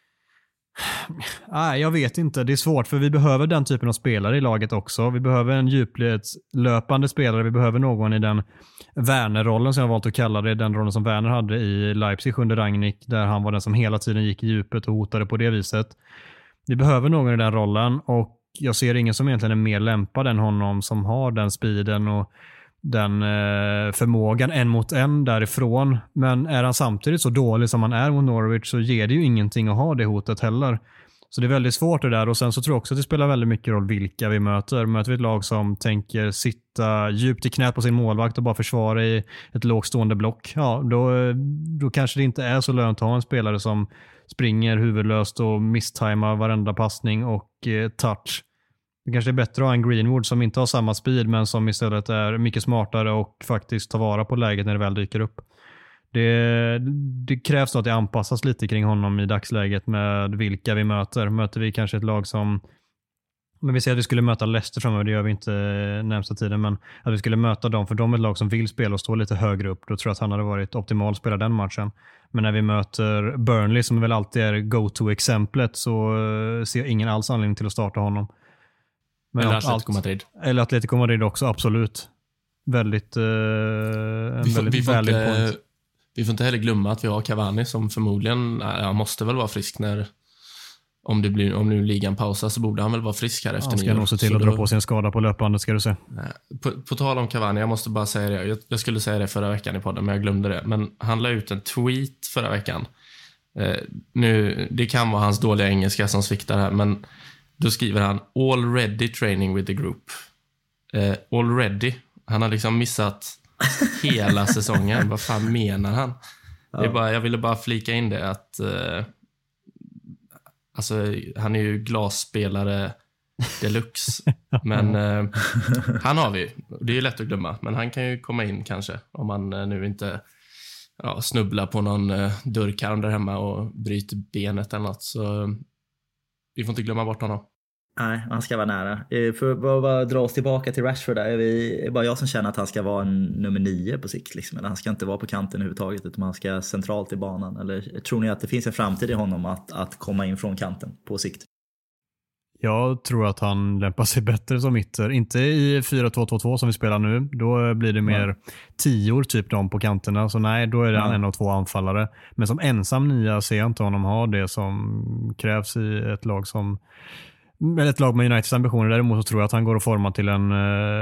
C: Nej, jag vet inte. Det är svårt för vi behöver den typen av spelare i laget också. Vi behöver en djupledslöpande spelare. Vi behöver någon i den Werner-rollen som jag valt att kalla det. Den rollen som Werner hade i Leipzig under Rangnick, där han var den som hela tiden gick i djupet och hotade på det viset. Vi behöver någon i den rollen och jag ser ingen som egentligen är mer lämpad än honom, som har den speeden och den eh, förmågan en mot en därifrån. Men är han samtidigt så dålig som han är mot Norwich så ger det ju ingenting att ha det hotet heller. Så det är väldigt svårt det där, och sen så tror jag också att det spelar väldigt mycket roll vilka vi möter. Möter vi ett lag som tänker sitta djupt i knät på sin målvakt och bara försvara i ett lågstående block, ja då, då kanske det inte är så lönt att ha en spelare som springer huvudlöst och misstajmar varenda passning och eh, touch. Det kanske är bättre att ha en Greenwood som inte har samma speed men som istället är mycket smartare och faktiskt tar vara på läget när det väl dyker upp. Det, det krävs att det anpassas lite kring honom i dagsläget med vilka vi möter. Möter vi kanske ett lag som, men vi säger att vi skulle möta Leicester framöver, det gör vi inte närmsta tiden, men att vi skulle möta dem, för de är ett lag som vill spela och stå lite högre upp, då tror jag att han hade varit optimal att spela den matchen. Men när vi möter Burnley, som väl alltid är go-to-exemplet, så ser jag ingen alls anledning till att starta honom. Men
A: eller Atletico Madrid.
C: Eller Atletico Madrid också, absolut. Väldigt, eh, en
A: vi får,
C: väldigt
A: vi får
C: valid
A: inte,
C: point.
A: Vi får inte heller glömma att vi har Cavani som förmodligen, han måste väl vara frisk när, om det blir, om nu ligan pausar så borde han väl vara frisk här efter
C: Han ska
A: nyår.
C: nog se till
A: Så
C: att
A: då,
C: dra på sin skada på löpande, ska du se.
A: på, på tal om Cavani, jag måste bara säga det. Jag, jag skulle säga det förra veckan i podden, men jag glömde det. Men han la ut en tweet förra veckan. Eh, nu, det kan vara hans dåliga engelska som sviktar här, men då skriver han already training with the group. Eh, already. Han har liksom missat hela säsongen. Vad fan menar han? Det är bara, jag ville bara flika in det att eh, alltså, han är ju glasspelare deluxe. Men eh, han har vi. Det är ju lätt att glömma. Men han kan ju komma in kanske. Om man eh, nu inte ja, snubblar på någon eh, dörrkarm där hemma och bryter benet eller något. Så eh, vi får inte glömma bort honom.
D: Nej, han ska vara nära. För att bara dra oss tillbaka till Rashford där, är det är bara jag som känner att han ska vara en nummer nio på sikt. Liksom. Eller han ska inte vara på kanten överhuvudtaget, utan han ska centralt i banan. Eller tror ni att det finns en framtid i honom att, att komma in från kanten på sikt?
C: Jag tror att han lämpar sig bättre som mitter. Inte i fyra två två två som vi spelar nu. Då blir det mer ja. tior typ de på kanterna. Så nej, då är det ja. en av två anfallare. Men som ensam nia ser jag inte honom ha det som krävs i ett lag som ett lag med Uniteds ambitioner. Däremot så tror jag att han går att forma till en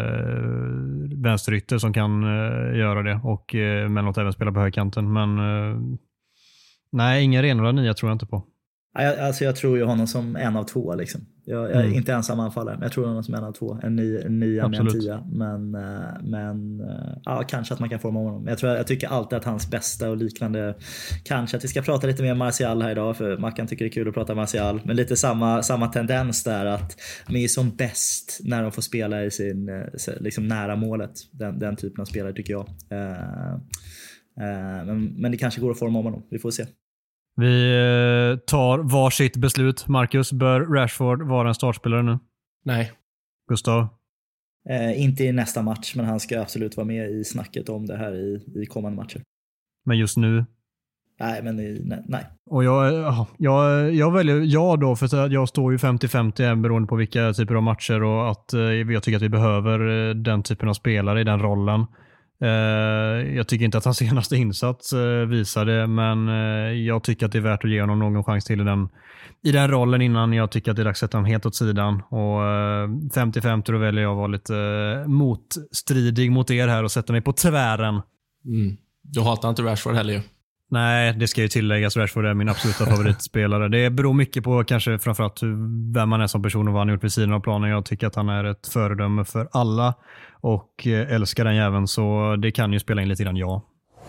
C: äh, vänsterytter som kan äh, göra det. Och äh, mellanåt även spela på högerkanten. Men äh, nej, ingen renodlad nia tror jag inte på.
D: Alltså jag tror ju honom som en av två liksom. Jag, jag är mm. inte ensam anfallare, men jag tror honom som en av två. En nia, en nia med en tia. Men, men ja, kanske att man kan forma honom. Jag, tror, jag tycker alltid att hans bästa och liknande, kanske att vi ska prata lite mer Martial här idag, för Mackan tycker det är kul att prata Martial. Men lite samma, samma tendens där, att de är som bäst när de får spela i sin liksom nära målet. Den, den typen av spelare tycker jag. Uh, uh, men, men det kanske går att forma honom. Vi får se.
C: Vi tar varsitt beslut. Marcus, bör Rashford vara en startspelare nu?
A: Nej.
C: Gustav?
D: Eh, inte i nästa match, men han ska absolut vara med i snacket om det här i, i kommande matcher.
C: Men just nu?
D: Nej, men i, nej. nej.
C: Och jag, jag, jag väljer ja då, för att jag står ju femtio femtio beroende på vilka typer av matcher, och att jag tycker att vi behöver den typen av spelare i den rollen. Jag tycker inte att hans senaste insats visar det, men jag tycker att det är värt att ge honom någon chans till i den, i den rollen innan jag tycker att det är dags att sätta honom helt åt sidan. Och femtio femtio då väljer jag att vara lite motstridig mot er här och sätta mig på tvären.
A: Mm. Du hatar inte Rashford heller ju.
C: Nej, det ska ju tilläggas. Rashford är min absoluta favoritspelare. Det beror mycket på kanske framförallt vem man är som person och vad han gjort vid sidan av planen. Jag tycker att han är ett föredöme för alla och älskar den jäveln, så det kan ju spela in lite grann, ja.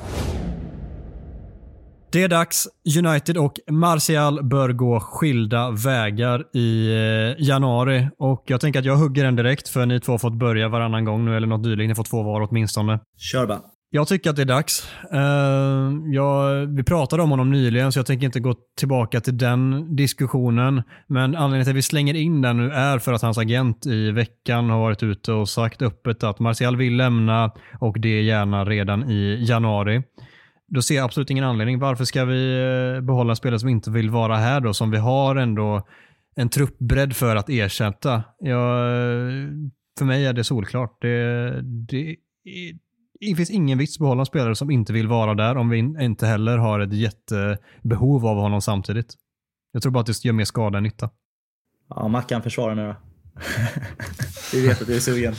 C: Det är dags. United och Martial bör gå skilda vägar i januari, och jag tänker att jag hugger den direkt, för ni två har fått börja varannan gång nu eller något dylikt. Ni får två var åtminstone.
D: Kör bara.
C: Jag tycker att det är dags. Uh, jag, vi pratade om honom nyligen, så jag tänker inte gå tillbaka till den diskussionen. Men anledningen till att vi slänger in den nu är för att hans agent i veckan har varit ute och sagt öppet att Martial vill lämna, och det gärna redan i januari. Då ser jag absolut ingen anledning. Varför ska vi behålla en spelare som inte vill vara här då, som vi har ändå en truppbredd för att ersätta? Jag, för mig är det solklart. Det, det Det finns ingen vits behålla en spelare som inte vill vara där, om vi inte heller har ett jättebehov av honom samtidigt. Jag tror bara att det gör mer skada än nytta.
D: Ja, Mackan försvarar nu då. Vi vet att du är sugen.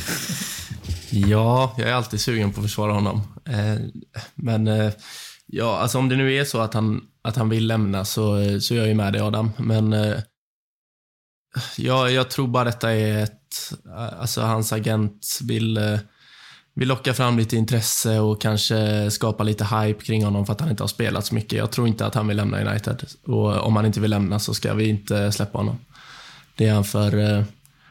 A: Ja, jag är alltid sugen på att försvara honom. Eh, men eh, ja, alltså om det nu är så att han, att han vill lämna, så, så är jag ju med dig, Adam. Men eh, ja, jag tror bara detta är ett... Alltså hans agent vill... Eh, Vi lockar fram lite intresse och kanske skapa lite hype kring honom för att han inte har spelat så mycket. Jag tror inte att han vill lämna United. Och om han inte vill lämna så ska vi inte släppa honom. Det är han för,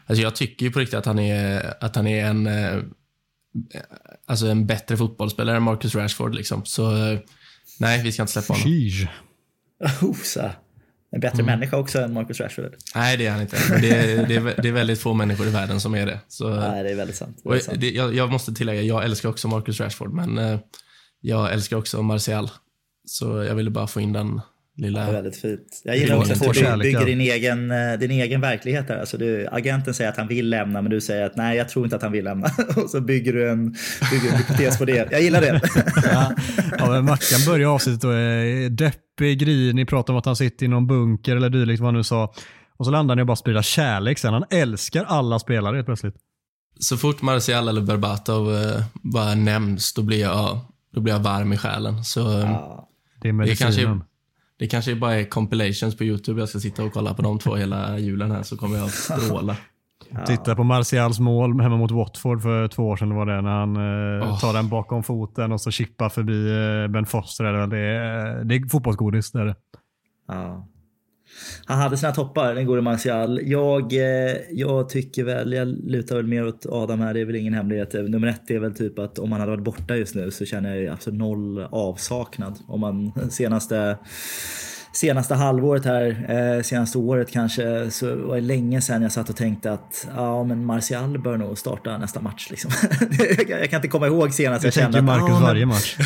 A: Alltså jag tycker ju på riktigt att han är, att han är en, eh, alltså en bättre fotbollsspelare än Marcus Rashford. Liksom. Så eh, nej, vi ska inte släppa honom.
C: Sheesh.
D: Osa. En bättre mm. människa också än Marcus Rashford.
A: Nej, det är han inte. Men det, är, det, är, det är väldigt få människor i världen som är det. Så,
D: nej, det är väldigt sant. Det är väldigt sant.
A: Det, jag, jag måste tillägga, jag älskar också Marcus Rashford, men eh, jag älskar också Martial. Så jag ville bara få in den lilla...
D: Ja, väldigt fint. Jag gillar också att du bygger din egen, din egen verklighet där. Alltså du, agenten säger att han vill lämna, men du säger att nej, jag tror inte att han vill lämna. Och så bygger du en, bygger en hypotes på det. Jag gillar det.
C: Ja, ja, men Mackan börjar avsnittet och är deppig, grinig, pratar om att han sitter i någon bunker eller dylikt, vad han nu sa. Och så landar han och bara sprida kärlek sen. Han älskar alla spelare helt plötsligt.
A: Så fort Martial eller Berbatov eh, bara nämns, då blir jag, då blir jag varm i själen. Så
C: ja, det, är
A: det kanske Det kanske bara är compilations på YouTube. Jag ska sitta och kolla på de två hela julen här, så kommer jag att stråla.
C: Ja. Titta på Martials mål hemma mot Watford för två år sedan. Det var det när han eh, oh. tar den bakom foten och så chippar förbi eh, Ben Foster. Det är, det är fotbollsgodis. Det är det.
D: Ja. Han hade sina toppar, den gode Martial. Jag, eh, jag tycker väl, jag lutar väl mer åt Adam här, det är väl ingen hemlighet. Nummer ett är väl typ att om han hade varit borta just nu så känner jag absolut noll avsaknad. Om man senaste... Senaste halvåret här, eh, senaste året kanske, så var det länge sedan jag satt och tänkte att ja, men Martial bör nog starta nästa match liksom. Jag kan inte komma ihåg senast jag, jag kände att
C: Marcus
D: ah,
C: varje match.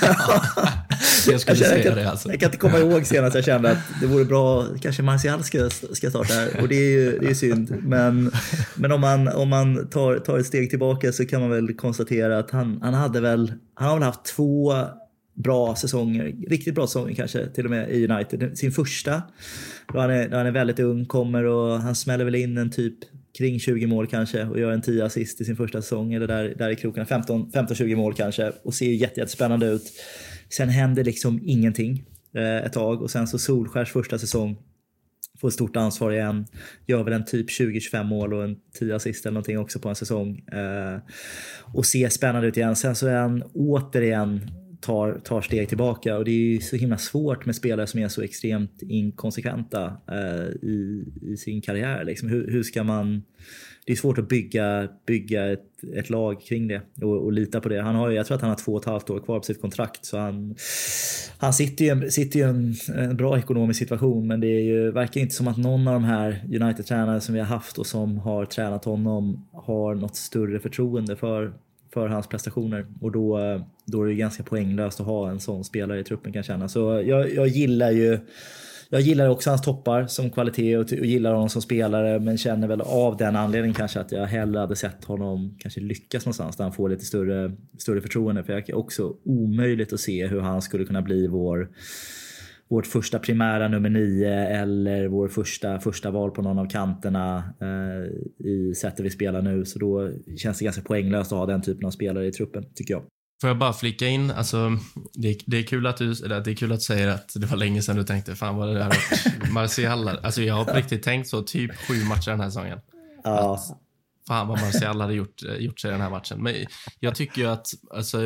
A: jag skulle
D: jag,
A: säga
D: jag kan,
A: det alltså.
D: Jag kan inte komma ihåg senast jag kände att det vore bra, kanske Martial ska, ska starta här, och det är ju det är synd. Men, men om man, om man tar, tar ett steg tillbaka så kan man väl konstatera att han, han hade väl, han har väl haft två bra säsonger, riktigt bra säsonger kanske till och med i United. Sin första, då han är, då han är väldigt ung, kommer och han smäller väl in en typ kring tjugo mål kanske och gör en tio assist i sin första säsong, eller där, där i krokarna, femton tjugo mål kanske, och ser jätte, jättespännande ut. Sen händer liksom ingenting eh, ett tag, och sen så Solskjärs första säsong får stort ansvar igen, gör väl en typ tjugo tjugofem mål och en tio assist eller någonting också på en säsong, eh, och ser spännande ut igen. Sen så är han återigen Tar, tar steg tillbaka, och det är ju så himla svårt med spelare som är så extremt inkonsekventa eh, i, i sin karriär liksom. hur, hur ska man, det är svårt att bygga, bygga ett, ett lag kring det och, och lita på det. Han har, jag tror att han har två och ett halvt år kvar på sitt kontrakt, så han, han sitter ju, sitter ju i en, en bra ekonomisk situation, men det är ju, verkar inte som att någon av de här United-tränare som vi har haft och som har tränat honom har något större förtroende för för hans prestationer, och då, då är det ganska poänglöst att ha en sån spelare i truppen, kan jag känna. Så jag, jag gillar ju jag gillar också hans toppar som kvalitet och, och gillar honom som spelare, men känner väl av den anledningen kanske att jag hellre hade sett honom kanske lyckas någonstans där han får lite större, större förtroende, för jag är också omöjligt att se hur han skulle kunna bli vår vårt första primära nummer nio eller vår första, första val på någon av kanterna eh, i sättet vi spelar nu. Så då känns det ganska poänglöst att ha den typen av spelare i truppen, tycker jag.
A: Får jag bara flika in, alltså, det, det, är kul att du, eller, det är kul att du säger att det var länge sedan du tänkte, fan vad det där har varit Martial. Alltså jag har på riktigt tänkt så, typ sju matcher den här säsongen.
D: Ja.
A: Att, fan vad Martial hade gjort, gjort sig den här matchen. Men jag tycker ju att, alltså,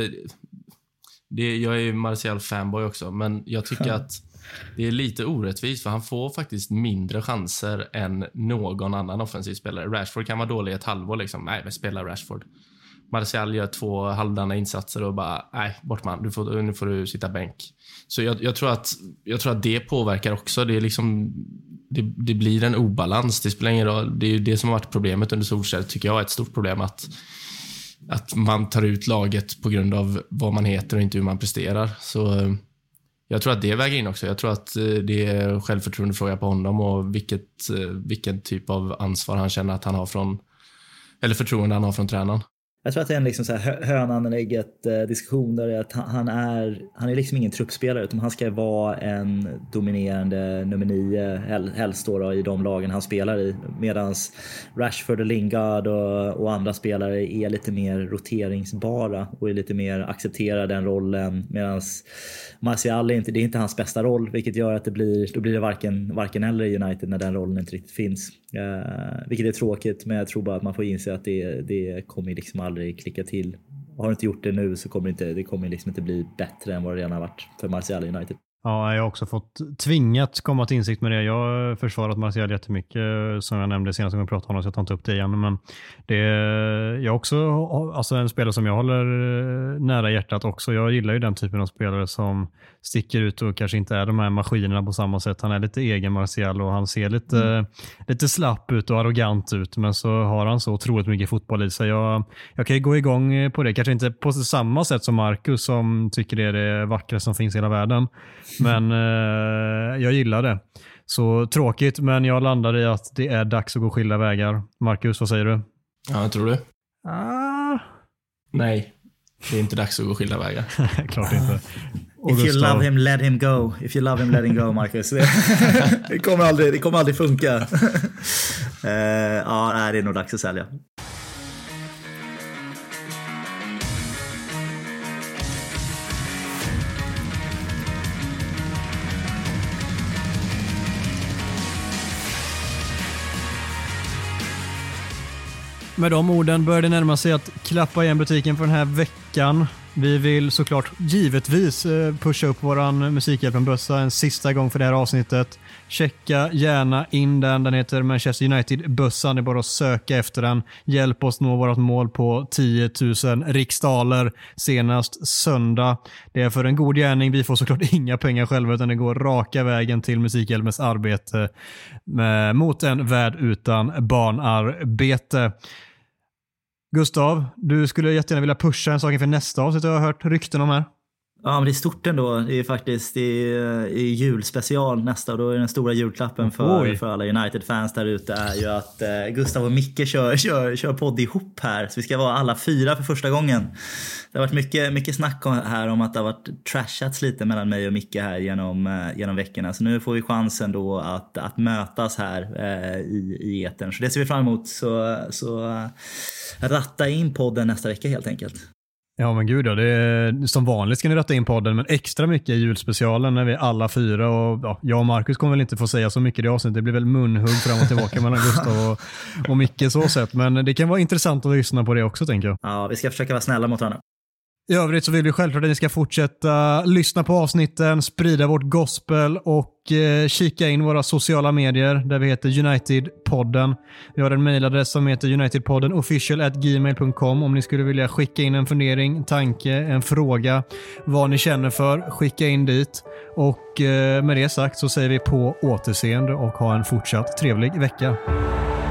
A: det, jag är ju Martial-fanboy också, men jag tycker att det är lite orättvist, för han får faktiskt mindre chanser än någon annan offensiv spelare. Rashford kan vara dålig ett halvår liksom. Nej, men spela Rashford. Martial gör två halvdana insatser och bara, nej, bort man. Du får, nu får du sitta bänk. Så jag, jag, tror att, jag tror att det påverkar också. Det är liksom, det, det blir en obalans. Det spelar ingen roll. Det är ju det som har varit problemet under Solskjær, tycker jag är ett stort problem, att att man tar ut laget på grund av vad man heter och inte hur man presterar. Så jag tror att det väger in också. Jag tror att det är självförtroendefråga på honom och vilket, vilken typ av ansvar han känner att han har från, eller förtroende han har från tränaren.
D: Jag tror att det är en liksom så här hönan och ägget eh, diskussion där att han är, han är liksom ingen truppspelare, utan han ska vara en dominerande nummer nio helst då, då i de lagen han spelar i, medans Rashford och Lingard och, och andra spelare är lite mer roteringsbara och är lite mer accepterar den rollen, medans Martial är inte, det är inte hans bästa roll, vilket gör att det blir, då blir det varken, varken eller i United när den rollen inte riktigt finns. Uh, vilket är tråkigt, men jag tror bara att man får inse att det, det kommer liksom aldrig klicka till. Har du inte gjort det nu så kommer det, inte, det kommer liksom inte bli bättre än vad det redan har varit för Martial United.
C: Ja, jag har också fått tvingat komma till insikt med det. Jag har försvarat Martial jättemycket, som jag nämnde senast när vi pratade om honom, så jag tar inte upp det igen. Men det är jag också, alltså en spelare som jag håller nära hjärtat också. Jag gillar ju den typen av spelare som sticker ut och kanske inte är de här maskinerna på samma sätt. Han är lite egen Martial och han ser lite, mm. lite slapp ut och arrogant ut, men så har han så otroligt mycket fotboll i sig. Jag, jag kan ju gå igång på det, kanske inte på samma sätt som Marcus som tycker det är det vackra som finns i hela världen. Men eh, jag gillar det. Så tråkigt, men jag landar i att det är dags att gå skilda vägar. Marcus, vad säger du?
A: Ja, tror du?
C: Ah.
A: Nej, det är inte dags att gå skilda vägar.
C: Klart inte.
D: Och If Gustav. You love him, let him go. If you love him, let him go, Marcus. det, kommer aldrig, det kommer aldrig funka. uh, ja, nej, det är nog dags att sälja.
C: Med de orden börjar det närma sig att klappa igen butiken för den här veckan. Vi vill såklart givetvis pusha upp våran Musikhjälpen-bössa en sista gång för det här avsnittet. Checka gärna in den. Den heter Manchester United-bössan. Det är bara att söka efter den. Hjälp oss nå vårt mål på tio tusen riksdaler senast söndag. Det är för en god gärning. Vi får såklart inga pengar själva, utan det går raka vägen till Musikhjälpens arbete med, mot en värld utan barnarbete. Gustav, du skulle jättegärna vilja pusha en sak inför nästa avsnitt. Jag har hört rykten om här.
D: Ja, men det är stort ändå. Det är faktiskt i, i julspecial nästa, och då är den stora julklappen för, för alla United-fans där ute är ju att eh, Gustav och Micke kör, kör, kör podd ihop här. Så vi ska vara alla fyra för första gången. Det har varit mycket, mycket snack här om att det har varit trashats lite mellan mig och Micke här genom, eh, genom veckorna. Så nu får vi chansen då att, att mötas här eh, i, i etern. Så det ser vi fram emot. Så, så uh, ratta in podden nästa vecka helt enkelt.
C: Ja men gud, ja, det är, som vanligt ska ni rätta in podden, men extra mycket i julspecialen när vi är alla fyra, och ja, jag och Marcus kommer väl inte få säga så mycket i det avsnittet. Det blir väl munhugg fram och tillbaka mellan Gustav och, och Micke så sett, men det kan vara intressant att lyssna på det också, tänker jag.
D: Ja, vi ska försöka vara snälla mot varandra.
C: I övrigt så vill vi självklart att ni ska fortsätta lyssna på avsnitten, sprida vårt gospel och eh, kika in våra sociala medier där vi heter United-podden. Vi har en mailadress som heter unitedpodden official at gmail dot com om ni skulle vilja skicka in en fundering, tanke, en fråga, vad ni känner för, skicka in dit. Och eh, med det sagt så säger vi på återseende och ha en fortsatt trevlig vecka.